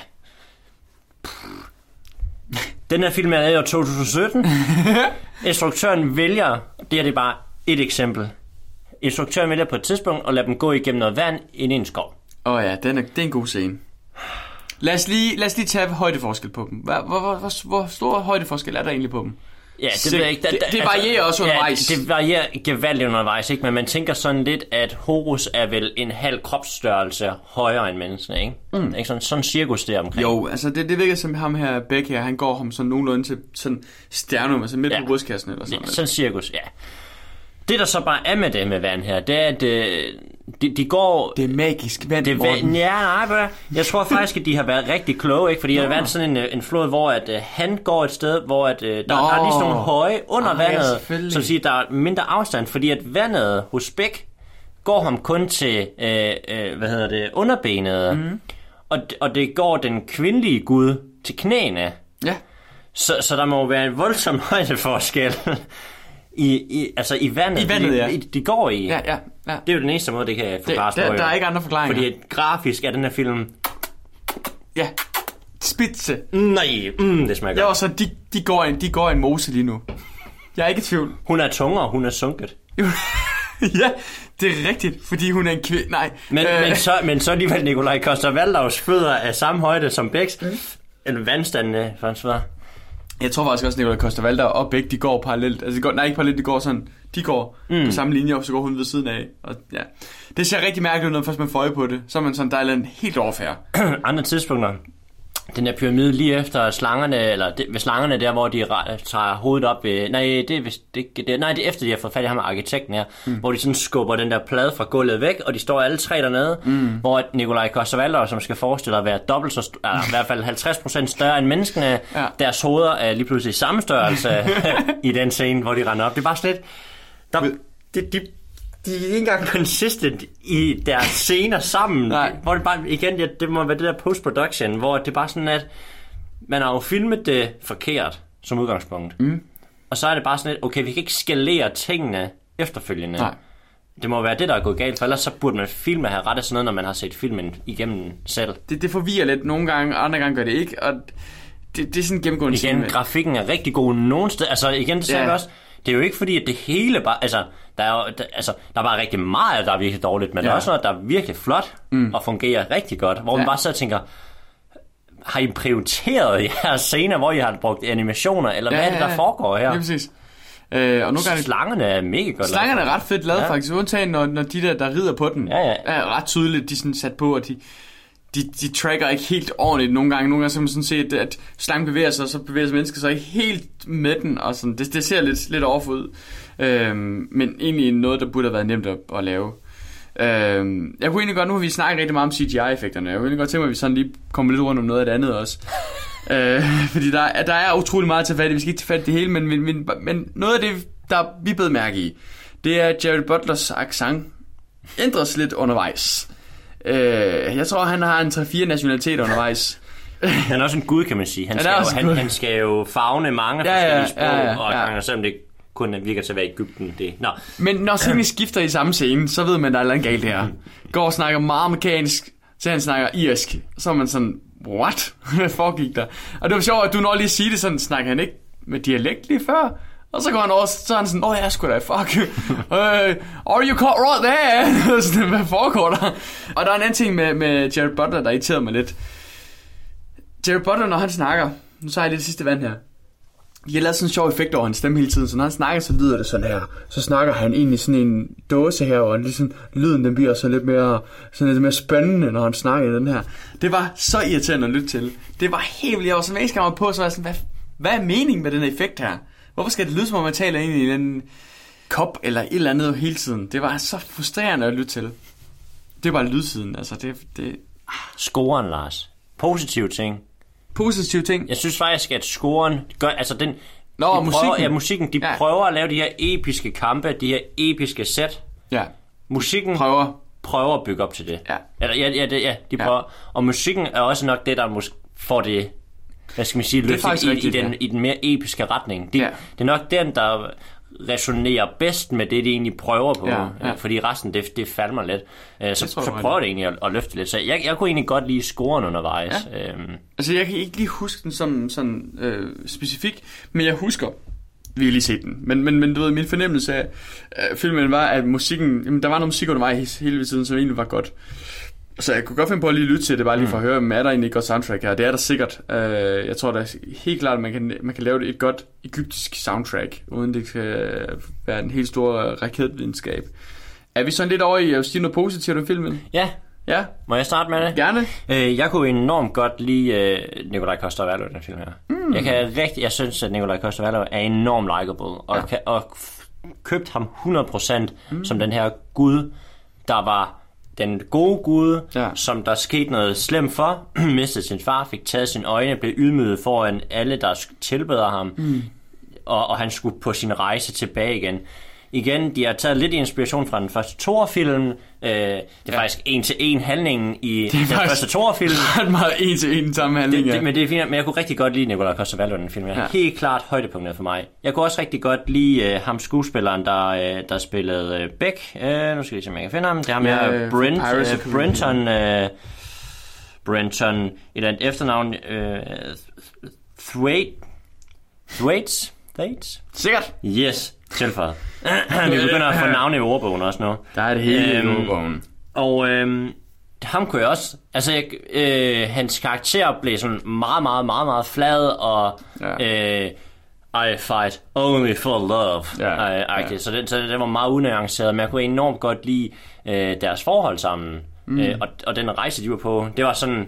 Den her film er i år 2017. Instruktøren vælger, det er bare et eksempel. Instruktøren vælger på et tidspunkt at lade dem gå igennem noget vand ind i en skov. Ja, det er en god scene. Lad os lige tage højdeforskel på dem. Hvor stor højdeforskel er der egentlig på dem? Ja, det ved jeg ikke. Det varierer også undervejs. Ja, det varierer gevaldigt undervejs, ikke? Men man tænker sådan lidt, at Horus er vel en halv kropsstørrelse højere end menneskene, ikke? Ikke sådan cirkus der omkring. Jo, altså det virker som ham her, Beck her, han går ham sådan nogenlunde til sådan sternum, altså midt på brystkassen eller sådan noget. Sådan cirkus, ja. Det der så bare er med det med vand her, det er, at de går... Det er magisk vand, Jeg tror faktisk, at de har været rigtig kloge, ikke? Fordi der har været sådan en flod, hvor at, han går et sted, hvor at, der er lige sådan nogle høje under vandet, som siger, der er mindre afstand, fordi at vandet hos Bæk går ham kun til, underbenet, og det går den kvindelige gud til knæene. Ja. Så der må være en voldsom højdeforskel i vandet. I vandet, ja. De går i. Ja. Det er jo den eneste måde, det kan forklares på. Der er ikke andre forklaringer. Fordi grafisk er den her film... Ja. Spidse. Nej, det smager godt. Ja, og så de går en mose lige nu. Jeg er ikke i tvivl. Hun er tungere, hun er sunket. Ja, det er rigtigt, fordi hun er en kvinde. Nej. Men så alligevel Nikolaj Coster-Waldau's fødder er samme højde som Bæks. Eller vandstandene, for hans svar. Jeg tror faktisk også, at Nikolaj Coster-Waldau og Bæk, de går parallelt. Altså, ikke parallelt, de går sådan. De går på samme linje, og så går hun ved siden af. Og, ja. Det ser rigtig mærkeligt ud, når først man får øje på det. Så er man sådan, der er en helt overfærd. Andre tidspunkter. Den her pyramide lige efter slangerne, eller ved slangerne der, hvor de tager hovedet op ved... Nej, det er vist ikke det. Nej, det er efter, de har fået fat i ham med arkitekten her, hvor de sådan skubber den der plade fra gulvet væk, og de står alle tre dernede, hvor Nikolaj Coster-Waldau, som skal forestille at være dobbelt så eller i hvert fald 50% større end menneskene, deres hoveder er lige pludselig samme størrelse i den scene, hvor de render op. Det er bare slet... De er ikke engang consistent i deres scener sammen. Nej. Hvor det bare, igen, det må være det der post-production, hvor det er bare sådan, at man har jo filmet det forkert som udgangspunkt. Og så er det bare sådan, at okay, vi kan ikke skalere tingene efterfølgende. Nej. Det må være det, der er gået galt, for ellers så burde man filme have rettet sådan noget, når man har set filmen igennem selv. Det forvirrer lidt nogle gange, andre gange gør det ikke, og det er sådan gennemgående. Igen, grafikken er rigtig god nogen steder. Altså igen, det sagde også, det er jo ikke fordi, at det hele bare... Altså, der er bare rigtig meget, der er virkelig dårligt, men der er også noget, der er virkelig flot og fungerer rigtig godt, hvor man bare så tænker, har I prioriteret jeres scener, hvor I har brugt animationer, eller hvad er det, der foregår her? Ja, præcis. Og nogle gange slangerne er mega godt. Slangerne er ret fedt lavet faktisk, undtagen når de der rider på den, er ret tydeligt, de er sådan sat på, og de tracker ikke helt ordentligt nogle gange. Nogle gange så man sådan set, at slangen bevæger sig, og så bevæger sig mennesker sig ikke helt med den, og sådan. Det ser lidt off ud. Men egentlig noget, der burde have været nemt at lave. Jeg kunne egentlig godt, nu har vi snakket rigtig meget om CGI-effekterne. Jeg kunne egentlig godt tænke mig, at vi sådan lige kommer lidt rundt om noget af det andet også. Fordi der er utrolig meget til fat i. Vi skal ikke til fat i det hele, men noget af det, der vi bed mærke i, det er, at Jared Butlers accent ændres lidt undervejs. Jeg tror, han har en 3-4 nationaliteter undervejs. Han er også en gud, kan man sige. Han skal jo favne mange forskellige sprog, og selvom det kun virker til at være Egypten. Men når tingene skifter i samme scene, så ved man, at der er noget galt her. Går og snakker meget amerikansk, så han snakker irsk. Så er man sådan, what? Hvad foregik der? Og det var sjovt, at du når lige at sige det sådan, snakker han ikke med dialekt lige før? Og så går han over, så er han sådan, ja, sgu da, fuck. Are you caught right there? Sådan, hvad foregår der? Og der er en anden ting med Jared Butler, der irriterede mig lidt. Jared Butler, når han snakker, nu så har jeg det sidste vand her. De har lavet sådan en sjov effekt over hans stemme hele tiden, så når han snakker, så lyder det sådan her. Så snakker han egentlig sådan en dåse her, og ligesom, lyden den bliver så lidt mere spændende, når han snakker i den her. Det var så irriterende at lytte til. Det var helt vildt, jeg var sådan, hver eneste gang på, så var jeg sådan, hvad er meningen med den effekt her? Hvorfor skal det lyde, som om man taler ind i en kop eller et eller andet hele tiden? Det var så frustrerende at lytte til. Det var lydsiden, altså det... Scoren, Lars. Positive ting. Jeg synes faktisk, at scoren gør, altså den... musikken, de prøver at lave de her episke kampe, de her episke sæt. Ja. Musikken prøver at bygge op til det. Ja. De prøver. Og musikken er også nok det, der får det... Hvad skal man sige, løftet i den mere episke retning. Det er nok den, der resonerer bedst med det, de egentlig prøver på. Fordi resten, det falder mig lidt. Så prøver det egentlig at løfte lidt. Så jeg kunne egentlig godt lide scoren undervejs. Ja. Altså, jeg kan ikke lige huske den som sådan specifik, men jeg husker, vi har lige set den. Men du ved, min fornemmelse af filmen var, at musikken... Jamen, der var noget musik undervejs hele tiden, som egentlig var godt. Så jeg kunne godt finde på at lige lytte til det, bare lige for at høre, men er der egentlig et godt soundtrack her? Det er der sikkert. Jeg tror da helt klart, at man kan lave et godt egyptisk soundtrack, uden det kan være en helt stor raketvidenskab. Er vi sådan lidt over i at sige noget positivt om filmen? Ja. Må jeg starte med det? Gerne. Jeg kunne enormt godt lide Nikolaj Coster-Waldau i den film her. Jeg synes, at Nikolaj Coster-Waldau er enormt likeable, og købt ham 100% som den her gud, der var den gode gud, som der skete noget slemt for, mistede sin far, fik taget sine øjne, blev ydmyget foran alle, der tilbeder ham, og han skulle på sin rejse tilbage igen. Igen, de har taget lidt inspiration fra den første Thor-film. Det er faktisk en-til-en handlingen i den første Thor-film. Det er meget en-til-en samme handling, men det er fint, men jeg kunne rigtig godt lide Nikolaj Coster-Waldau den film. Helt klart højdepunktet for mig. Jeg kunne også rigtig godt lide ham skuespilleren, der spillede Beck. Nu skal jeg se, om jeg kan finde ham. Det er ham Brenton, et eller andet efternavn. Thwaites? Sikkert. Yes, tilføjet. Vi begynder at få navne i ordbogen også nu. Der er det hele i ordbogen. Og ham kunne jeg også... Altså, hans karakter blev sådan meget, meget, meget, meget flad, og I fight only for love. Så det var meget unuanceret, men jeg kunne enormt godt lide deres forhold sammen. Og den rejse, de var på, det var sådan...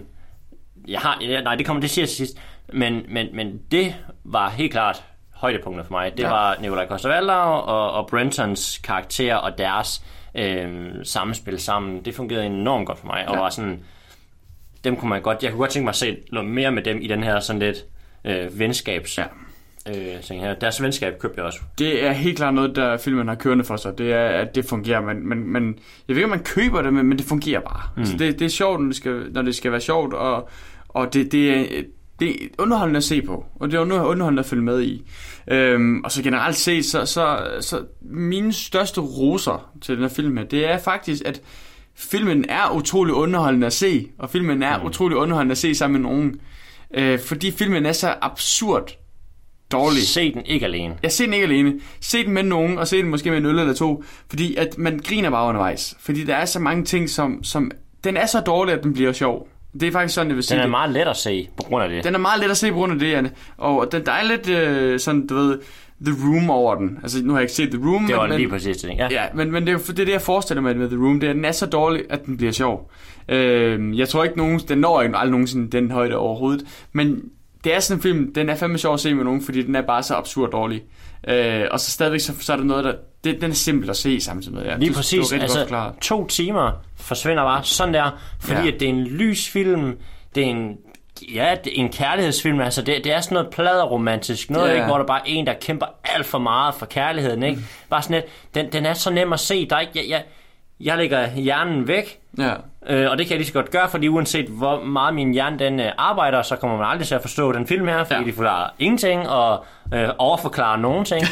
det siger jeg til sidst. Men det var helt klart højdepunkter for mig. Det var Nikolaj Coster-Waldau og Brentons karakter og deres samspil sammen. Det fungerede enormt godt for mig, og var sådan, dem kunne man godt, jeg kunne godt tænke mig at se noget mere med dem i den her sådan lidt venskabs ting her. Deres venskab købte jeg også. Det er helt klart noget, der filmen har kørende for sig. Det er, at det fungerer, men jeg ved ikke, om man køber det, men det fungerer bare. Altså, det er sjovt, når det skal være sjovt, og det er underholdende at se på, og det er underholdende at følge med i. Og så generelt set, så mine største roser til den her film her, det er faktisk, at filmen er utrolig underholdende at se, og filmen er utrolig underholdende at se sammen med nogen. Fordi filmen er så absurd dårlig. Se den ikke alene. Ja, se den ikke alene. Se den med nogen, og se den måske med en øl eller to, fordi at man griner bare undervejs. Fordi der er så mange ting, som den er så dårlig, at den bliver sjov. Det er faktisk sådan, jeg vil sige. Den er meget let at se på grund af det. Den er meget let at se på grund af det, Janne. Og der er lidt sådan, du ved, The Room over den. Altså, nu har jeg ikke set The Room. Det var lige præcis det, ja. Ja, men det er det, jeg forestiller mig med The Room. Det er, den er så dårlig, at den bliver sjov. Jeg tror ikke, den når ikke aldrig nogensinde den højde overhovedet. Men det er sådan en film, den er fandme sjov at se med nogen, fordi den er bare så absurd dårlig. Og så stadigvæk, så er der noget, den er simpelt at se samtidig med. Ja. Lige præcis, altså 2 timer forsvinder bare sådan der, fordi at det er en lys film, det er en kærlighedsfilm, altså det er sådan noget pladeromantisk, noget ikke, hvor der bare er en, der kæmper alt for meget for kærligheden, ikke? Bare sådan lidt, den er så nem at se, der er ikke, jeg lægger hjernen væk, og det kan jeg lige så godt gøre, fordi uanset hvor meget min hjerne den arbejder, så kommer man aldrig til at forstå den film her, fordi de forklarer ingenting og overforklarer nogen ting.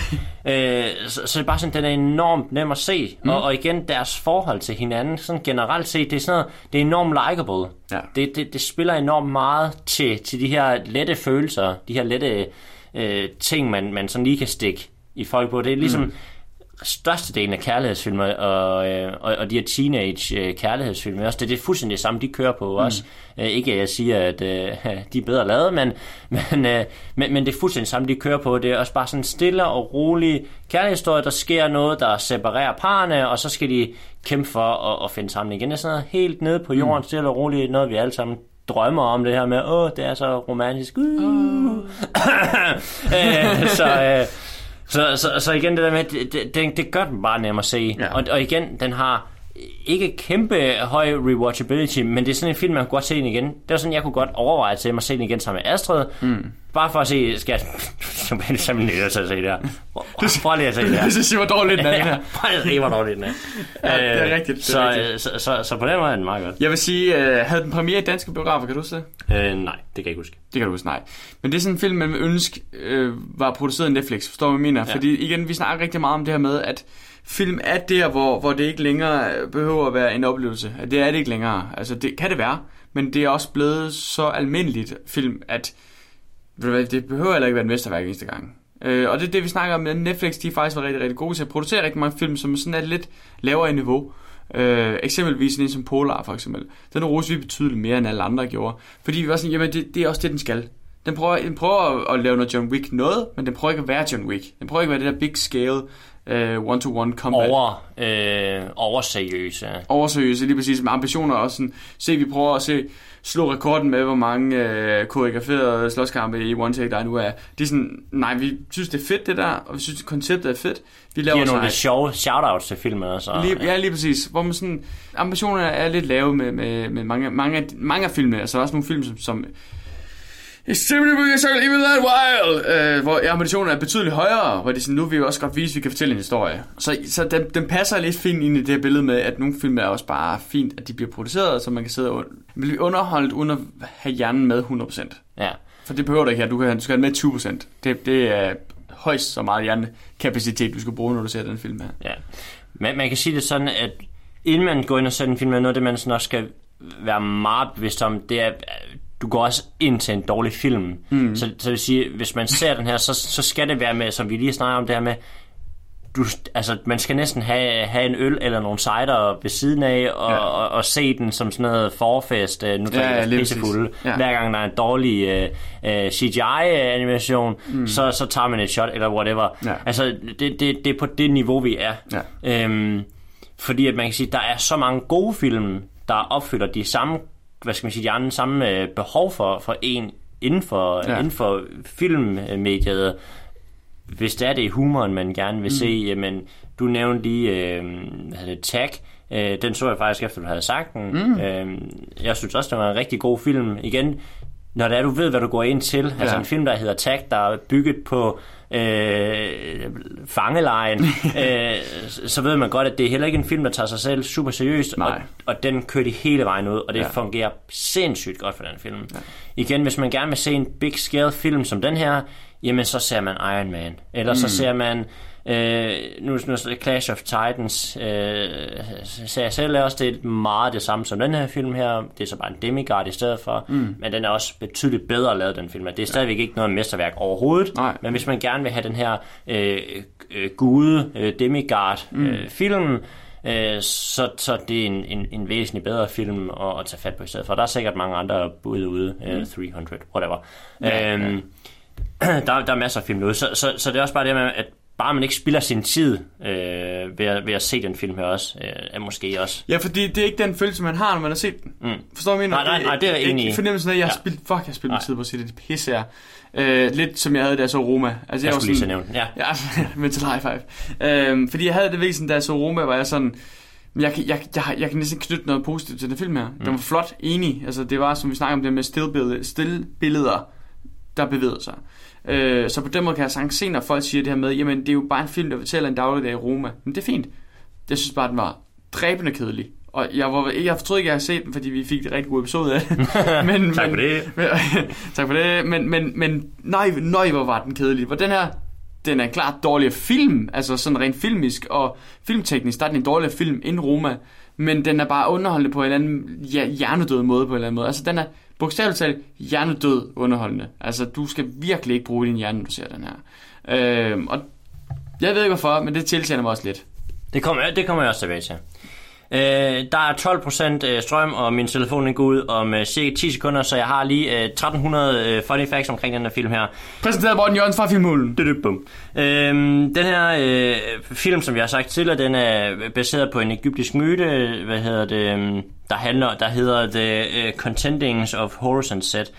Så det er bare sådan, den er enormt nem at se, og igen deres forhold til hinanden, sådan generelt set, det er sådan noget, det er enormt likeable. Det spiller enormt meget til de her lette følelser, de her lette ting, man sådan lige kan stikke i folk på. Det er ligesom størstedelen af kærlighedsfilmer og de her teenage kærlighedsfilmer også, det er fuldstændig det samme, de kører på også. Ikke at jeg siger, at de er bedre lavet, men det er fuldstændig samme, de kører på. Det er også bare sådan en stille og rolig kærlighedshistorie, der sker noget, der separerer parerne, og så skal de kæmpe for at finde sammen igen. Det er sådan noget helt nede på jorden, stille og roligt, noget vi alle sammen drømmer om, det her med, det er så romantisk. Så igen, det der med, det gør den bare nem at se. Og igen, den har ikke kæmpe høj rewatchability, men det er sådan en film, man kunne godt se den igen. Det var sådan, jeg kunne godt overveje til at se den igen sammen med Astrid. Bare for at se, skal jeg simpelthen nødt til at se det her. Prøv lige at se det her. Det synes jeg var dårligt, den er. Prøv lige at se, hvor dårligt den er. Det er rigtigt. Så på den måde er den meget godt. Jeg vil sige, havde den premiere i danske biografer, kan du huske det? Nej, det kan jeg ikke huske. Det kan du huske, nej. Men det er sådan en film, man vil ønske var produceret af Netflix, forstår du, hvad jeg mener? Fordi igen, vi snakker rigtig meget om det her med, at film er der, hvor det ikke længere behøver at være en oplevelse. Det er det ikke længere. Altså, det kan det være, men det er også blevet så almindeligt film, at det behøver heller ikke være en mesterværk eneste gang. Og det er det, vi snakker om. Netflix, de er faktisk været rigtig, rigtig gode til at producere rigtig mange film, som sådan er lidt lavere i niveau. Eksempelvis en som Polar, for eksempel. Den roste vi betydeligt mere, end alle andre gjorde. Fordi vi var sådan, jamen det er også det, den skal. Den prøver at lave noget John Wick noget, men den prøver ikke at være John Wick. Den prøver ikke at være det der big scale one-to-one combat. Overseriøse. Overseriøse, lige præcis, med ambitioner også. Sådan, vi prøver at slå rekorden med, hvor mange koreograferede slåskampe i One Take der nu er. Det er sådan, nej, vi synes, det er fedt det der, og vi synes, konceptet er fedt. Vi laver nogle lidt sjove shoutouts til filmen også. Lige præcis. Hvor man sådan, ambitionerne er lidt lave med mange af filmene. Altså også nogle film, som Even That Wild, hvor ambitionen er betydeligt højere, hvor det sådan, nu vil vi også godt vise, at vi kan fortælle en historie. Så den passer lidt fint ind i det her billede med, at nogle film er også bare fint, at de bliver produceret, så man kan sidde og blive underholdt, uden at have hjernen med 100%. Ja. For det behøver du ikke her, du skal have med 20%. Det er højst så meget hjernekapacitet, du skal bruge, når du ser den film her. Ja. Men man kan sige det sådan, at inden man går ind og ser den film, noget af det, man sådan også skal være meget bevidst om, det er, du går også ind til en dårlig film. Så det vil sige, hvis man ser den her, så skal det være med, som vi lige snakker om det her med, man skal næsten have en øl eller nogle cider ved siden af, og se den som sådan noget forfest, nu drikker det pissefulde. Hver gang der er en dårlig CGI-animation, så tager man et shot, eller whatever. Ja. Altså, det er på det niveau, vi er. Ja. Fordi at man kan sige, der er så mange gode film, der opfylder de samme, samme behov for en inden for filmmediet. Hvis det er det humoren, man gerne vil se, jamen, du nævnte lige, Tag, den så jeg faktisk efter, du havde sagt den. Jeg synes også, det var en rigtig god film. Igen, når det er, du ved, hvad du går ind til, altså en film, der hedder Tag, der er bygget på fangelejen, så ved man godt, at det er heller ikke en film, der tager sig selv super seriøst, og den kører de hele vejen ud, og det fungerer sindssygt godt for den film. Ja. Igen, hvis man gerne vil se en big scale film som den her, jamen så ser man Iron Man, eller så ser man nu Clash of Titans, ser jeg selv også, det er meget det samme som den her film her, det er så bare en demigod i stedet for, men den er også betydeligt bedre lavet, den film. Det er stadigvæk ikke noget mesterværk overhovedet, men hvis man gerne vil have den her gude demigod film, så det er en væsentlig bedre film at tage fat på i stedet for. Der er sikkert mange andre bud ude, 300, whatever. Der er masser af film ude, så det er også bare det med, at bare man ikke spilder sin tid ved at se den film her også, er måske også. Ja, fordi det er ikke den følelse, man har, når man har set den. Forstår du, hvad jeg mener? Nej, det er jeg enig i. Fornemmelsen af, at jeg har spildt min tid på at se det pisse her. Lidt som jeg havde, da jeg så Roma. Altså, jeg skulle lige så nævne, ja. Mental high five. Fordi jeg havde det virkelig sådan, da jeg så Roma, var jeg sådan, jeg kan næsten knytte noget positivt til den film her. Den var flot, enig. Altså, det var, som vi snakker om det med stillbilleder, der bevægede sig. Så på den måde kan jeg sagtens se, når folk siger det her med, jamen det er jo bare en film, der fortæller en dagligdag i Roma. Men det er fint. Jeg synes bare, den var dræbende kedelig. Og jeg fortrød ikke, at jeg havde set den, fordi vi fik et rigtig god episode af det. Tak for det. Tak for det. Men nej, hvor var den kedelig. For den er en klart dårligere film, altså sådan rent filmisk og filmteknisk, der er den en dårligere film end Roma. Men den er bare underholdende på en eller anden hjernedød måde på en eller anden måde. Altså den er bogstaveligt talt hjernedød underholdende. Altså du skal virkelig ikke bruge din hjerne, når du ser den her. Og jeg ved ikke hvorfor, men det tiltaler mig også lidt. Det kommer jeg også tilbage til. Der er 12% strøm, og min telefon går ud om cirka 10 sekunder, så jeg har lige 1300 funny facts omkring den her film her. Præsenteret Morten Jørgens fra Filmhulen. Den her film, som jeg har sagt til, den er baseret på en egyptisk myte, der hedder The Contendings of Horus and Set.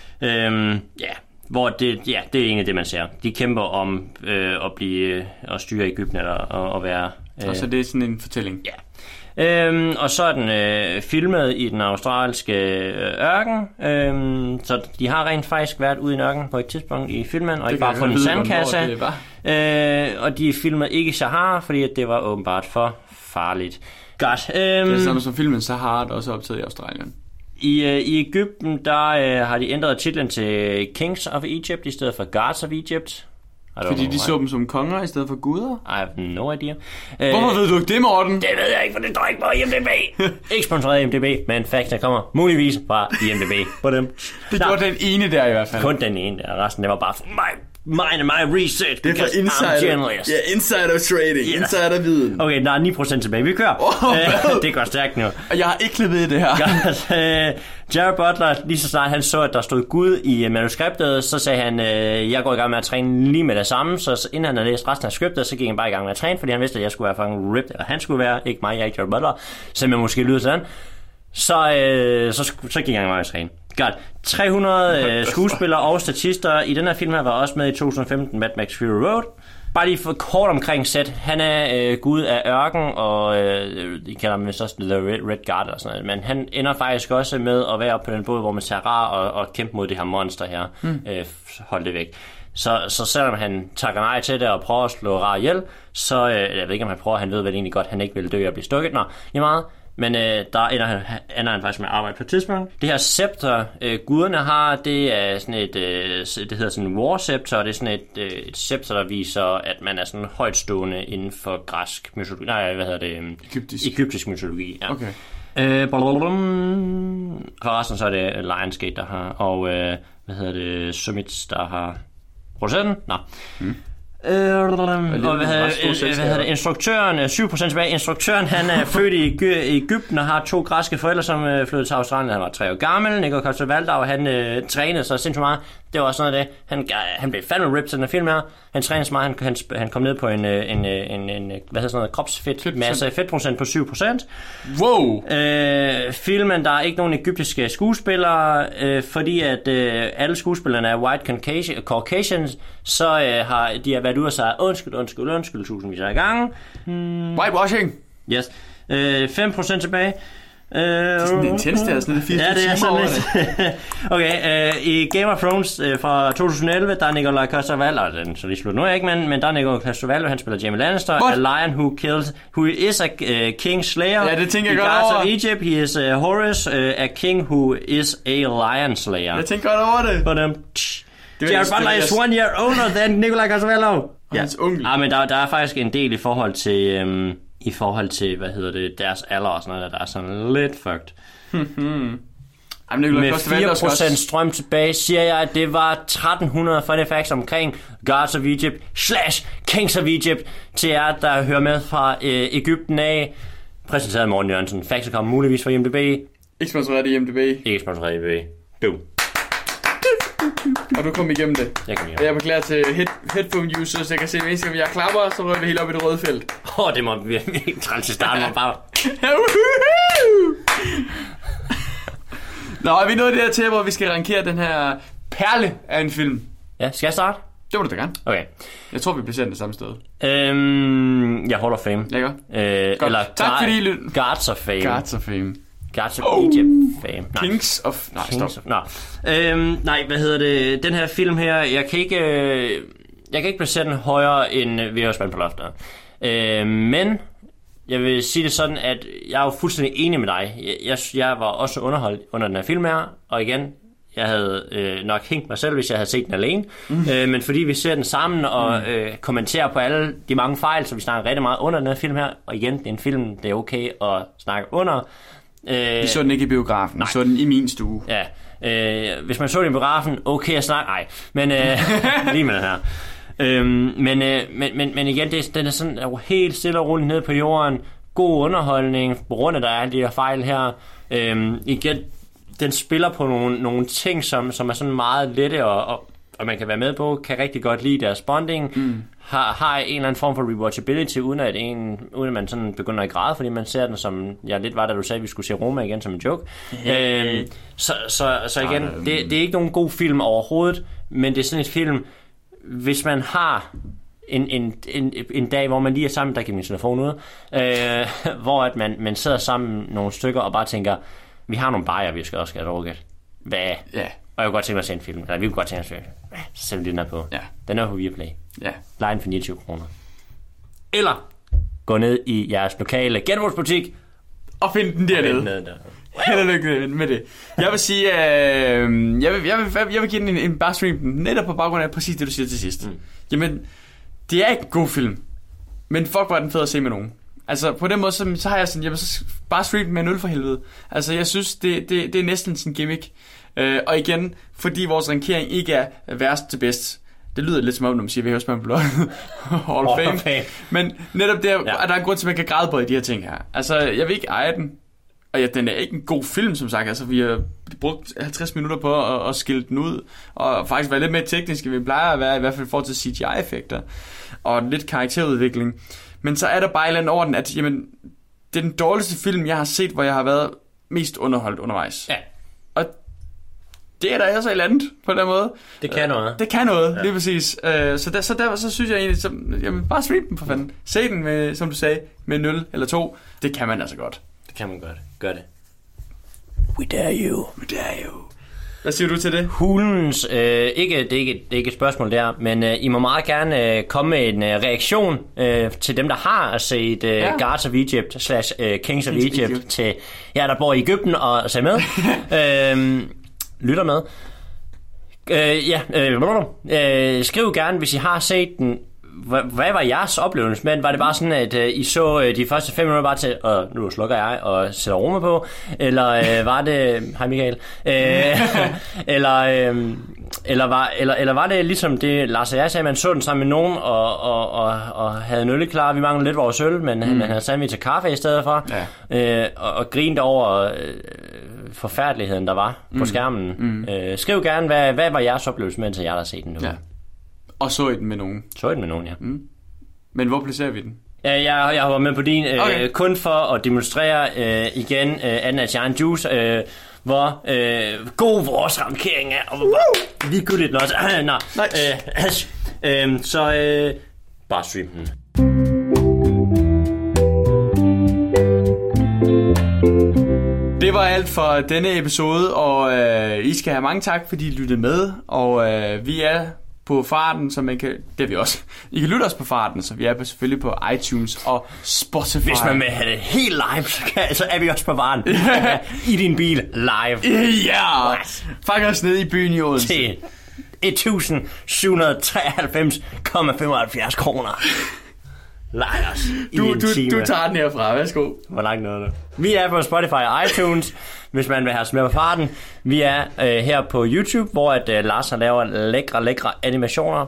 Hvor det er egentlig det, man ser. De kæmper om at styre Egypten eller at være... Og så det er sådan en fortælling. Ja. Og så er den filmet i den australske ørken, så de har rent faktisk været ude i ørken på et tidspunkt i filmen, og ikke bare fundet en sandkasse. Og de filmede ikke Sahara, fordi det var åbenbart for farligt. Godt. Det er sådan som filmen Sahara, der også er optaget i Australien. I Egypten, der har de ændret titlen til Kings of Egypt i stedet for Gods of Egypt. Fordi de så dem som konger i stedet for guder? I have no idea. Hvorfor ved du ikke det, Morten? Det ved jeg ikke, for det står ikke på IMDb. Ikke sponsoreret IMDb, men factsene kommer muligvis fra IMDb på dem. Det gjorde den ene der i hvert fald. Kun den ene der, resten det var bare my research. Det er for insider. Ja, insider trading. Yeah. Insider-viden. Okay, der er 9% tilbage. Vi kører. Det går stærkt nu. Og jeg har ikke klippet i det her. Jared Butler, lige så snart han så, at der stod Gud i manuskriptet, så sagde han, jeg går i gang med at træne lige med det samme. Så inden han havde læst resten af skriptet, så gik han bare i gang med at træne, fordi han vidste, at jeg skulle være fucking ripped, eller han skulle være, ikke mig, jeg er ikke Jared Butler, som jeg måske lyder sådan. Så gik han i gang med at træne. Godt. 300 skuespillere og statister i den her film her var også med i 2015 Mad Max Fury Road. Bare lige for kort omkring set. Han er gud af ørken, og de kalder ham vist også The Red Guard eller sådan noget. Men han ender faktisk også med at være oppe på den båd, hvor man tager rar og kæmpe mod det her monster her. Hold det væk. Så selvom han takker nej til det og prøver at slå rar ihjel, så jeg ved ikke om han prøver, han ved vel egentlig godt, han ikke vil dø og blive stukket. Nå, lige meget. Men der ender han faktisk med at arbejde på et tidspunkt. Det her scepter, guderne har, det er sådan et, det hedder sådan en war scepter, og det er sådan et scepter, der viser, at man er sådan højtstående inden for græsk mytologi. Nej, hvad hedder det? Egyptisk mytologi, ja. Okay. Forresten så er det Lionsgate, der har, og hvad hedder det, Summits, der har produceret den. Nå. Instruktøren, 7% tilbage. Instruktøren, han er født i Egypten og har 2 græske forældre, som flyttede til Australien. Han var 3 år gammel. Nico Coster-Waldau, han trænede sig sindssygt meget. Det var også noget af det. Han blev fandme ripped til den her film her. Han trænede så meget, han kom ned på en hvad hedder sådan noget, kropsfedt masse fedtprocent på 7%. Wow! Filmen, der er ikke nogen egyptiske skuespillere, fordi at alle skuespillerne er white Caucasians, så har de været ude og sagt undskyld tusindvis af gange. Whitewashing! Yes. 5% tilbage. Det er sådan intens, det er sådan lidt 80 timer over det. Okay, i Game of Thrones fra 2011, der er Nikolaj Coster-Waldau, så lige slut nu ikke, men der er Nikolaj Coster-Waldau, han spiller Jaime Lannister, a lion who is a king slayer. Ja, det tænker jeg godt over. Of Egypt, he is Horus, a king who is a lion slayer. Jeg tænker godt over det. Jared Butler is 1 year older than Nikolaj Coster-Waldau. Ja, hans onkel. Ja, men der er faktisk en del i forhold til, hvad hedder det, deres alder og sådan noget, der er sådan lidt fucked. Med 4% strøm tilbage, siger jeg, at det var 1300 fun facts omkring Gods of Egypt / Kings of Egypt til jer, der hører med fra Egypten af. Præsenteret af Morten Jørgensen. Facts kommer muligvis fra IMDb. Ikke sponsoreret i IMDb. Ikke sponsoreret i IMDb. Boom. Og du kom igennem det. Jeg kom igennem. Jeg beklager til headphone users, så jeg kan se, at jeg klapper, så rører det helt op i det røde felt. Det må virkelig trælle til starten. Nå, er vi nået det her til, hvor vi skal rankere den her perle af en film? Ja, skal jeg starte? Det må du da gerne. Okay. Jeg tror, vi placerer den det samme sted. Jeg Hall of Fame. Lækker. Eller tak fordi Gods of Fame. Gods of Fame. Gods of Egypt Fame. Nej. Kings of... Nej, stop. Nej, hvad hedder det? Den her film her, jeg kan ikke placere den højere end Virusmand på loftet. Men jeg vil sige det sådan, at jeg er jo fuldstændig enig med dig. Jeg var også underholdt under den her film her, og igen, jeg havde nok hængt mig selv, hvis jeg havde set den alene. Men fordi vi ser den sammen og kommenterer på alle de mange fejl, så vi snakker rigtig meget under den her film her. Og igen, det er en film, det er okay at snakke under. Vi så den ikke i biografen, vi så den i min stue. Ja, hvis man så den i biografen, okay at snakke, nej. Men lige med den her. Men igen, den er sådan helt stille og roligt ned på jorden. God underholdning, på grund af der er de her fejl her. Igen, den spiller på nogle ting, som er sådan meget lette og man kan være med på, kan rigtig godt lide deres bonding, har en eller anden form for rewatchability, uden at man sådan begynder at græde, fordi man ser den som, lidt var da du sagde, at vi skulle se Roma igen som en joke. Så igen, det er ikke nogen god film overhovedet, men det er sådan et film, hvis man har en dag, hvor man lige er sammen, der kan min telefon ud, hvor at man sidder sammen nogle stykker og bare tænker, vi har nogle bajer, vi skal også have drukket. Hvad? Ja. Og jeg kunne godt tænke mig at se en film. Eller vi kunne godt tænke os at så sætter vi den her på. Ja. Den er på Viaplay. Ja. Lejen for 29 kroner. Eller gå ned i jeres lokale genbrugsbutik og find den dernede. Held og lykke med det. Jeg vil sige, jeg vil give den en bare stream netop på baggrund af præcis det, du siger til sidst. Jamen, det er ikke en god film. Men fuck, var den fed at se med nogen. Altså, på den måde, så har jeg sådan, så bare stream med en øl for helvede. Altså, jeg synes, det er næsten sådan en gimmick. Og igen, fordi vores rankering ikke er værst til bedst, Det lyder lidt som om, når man siger, vi har også Blood Hall of Fame. Men netop der, at der er en grund til, at man kan græde i de her ting her. Altså, jeg vil ikke eje den. Og ja, den er ikke en god film, som sagt. Altså, vi har brugt 50 minutter på at skille den ud. Og faktisk være lidt mere teknisk, end vi plejer at være, i hvert fald for til CGI-effekter. Og lidt karakterudvikling. Men så er der bare et eller andet over den, at jamen, det er den dårligste film, jeg har set, hvor jeg har været mest underholdt undervejs. Ja. Og det er der altså et eller andet, på den måde. Det kan noget. Det kan noget, lige præcis. Så derfor så synes jeg egentlig, jamen, bare stream den for fanden. Se den med, som du sagde, med 0 eller 2. Det kan man altså godt. Det kan man godt. Gør det. We dare you. We dare you. Hvad siger du til det? Hulens, det er ikke et spørgsmål der, men I må meget gerne komme med en reaktion til dem, der har set Guards of Egypt / Kings of Egypt, til jer, der bor i Egypten og ser med. Lytter med. Skriv gerne, hvis I har set den. Hvad var jeres oplevelse? Men var det bare sådan, at I så de første 5 minutter bare til, og nu slukker jeg og sætter Roma på? Eller var det... Hej Michael. Eller var det ligesom det, Lars og jeg sagde, man så den sammen med nogen og havde en øl klar. Vi manglede lidt vores øl, men man havde sandwich til kaffe i stedet for. Ja. Og grinte over forfærdeligheden, der var på skærmen. Skriv gerne, hvad var jeres oplevelse, mens jeg har set den nu? Ja. Og så I den med nogen. Så I den med nogen, ja. Men hvor placerer vi den? Ja, jeg var med på din, kun for at demonstrere igen Anna Giant Juice, hvor god vores rankering er, og hvor ligegyldigt også. Så bare stream den. Det var alt for denne episode, og I skal have mange tak, fordi I lyttede med, og vi er på farten, så man kan... Det er vi også. I kan lytte os på farten, så vi er selvfølgelig på iTunes og Spotify. Hvis man vil have det helt live, så er vi også på farten. I din bil live. Ja! Fang os ned i byen i Odense. Til 1.793,75 kroner. Lej os du tager den herfra. Værsgo. Hvor langt noget det? Vi er på Spotify og iTunes, hvis man vil have os med på farten. Vi er her på YouTube, hvor Lars laver lækre animationer.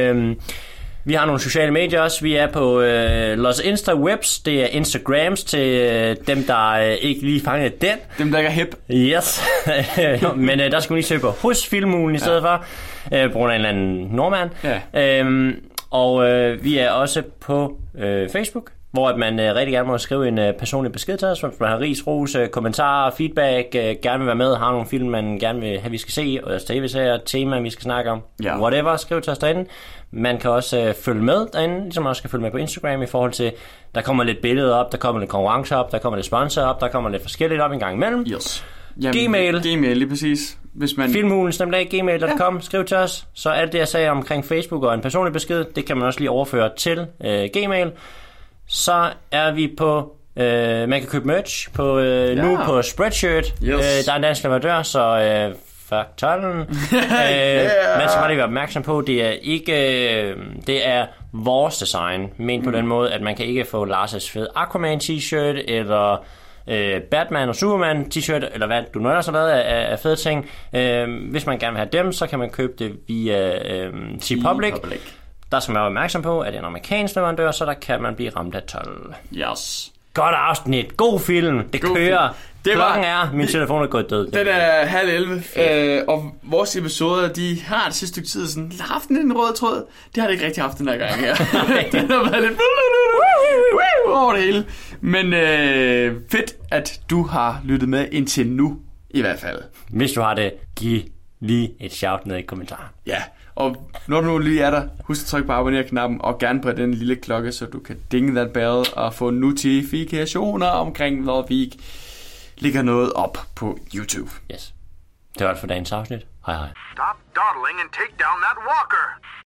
Vi har nogle sociale medier også. Vi er på Los Instawebs. Det er Instagrams til dem, der ikke lige fangede den. Dem, der ikke er hip. Yes. Men der skal man lige søge på hos Filmulen i stedet for. På grund af en eller anden nordmand. Ja. Og vi er også på Facebook, hvor man rigtig gerne må skrive en personlig besked til os, hvis man har ris, ros, kommentarer, feedback, gerne vil være med, har nogle film, man gerne vil have, vi skal se, og tv-serier, tema, vi skal snakke om, whatever, skriv til os derinde. Man kan også følge med derinde, ligesom man også skal følge med på Instagram i forhold til, der kommer lidt billeder op, der kommer lidt konkurrencer op, der kommer lidt sponsor op, der kommer lidt forskelligt op en gang imellem. Yes. Jamen, Gmail, lige præcis. Hvis man... Filmhulen@gmail.com. Skriv til os. Så alt det, jeg sagde omkring Facebook og en personlig besked, det kan man også lige overføre til Gmail. Så er vi på... man kan købe merch på, nu på Spreadshirt. Yes. Der er en dansk leverandør, så fuck tollen. Man skal bare lige være opmærksom på, det er ikke... det er vores design. Men på den måde, at man kan ikke få Lars' fede Aquaman t-shirt, eller... Batman og Superman t-shirt, eller hvad du nu ellers har lavet af fede ting. Hvis man gerne vil have dem, så kan man købe det via T-Public. Der skal man være opmærksom på, at det er en amerikansk leverandør, så der kan man blive ramt af 12. Yes. Godt afsnit. God film. Det kører. Klokken er, min telefon er gået død. Den er 10:30. Og vores episoder, de har det sidste stykke tid sådan, haft en rød tråd. Det har det ikke rigtig haft den her gang her. Den har været lidt over det hele. Men fedt, at du har lyttet med indtil nu, i hvert fald. Hvis du har det, giv lige et shout ned i kommentaren. Ja, og når du nu lige er der, husk at trykke på abonner-knappen, og gerne på den lille klokke, så du kan dinge that bell og få notifikationer omkring, når vi lægger noget op på YouTube. Yes. Det var alt for dagens afsnit. Hej hej. Stop dawdling and take down that walker.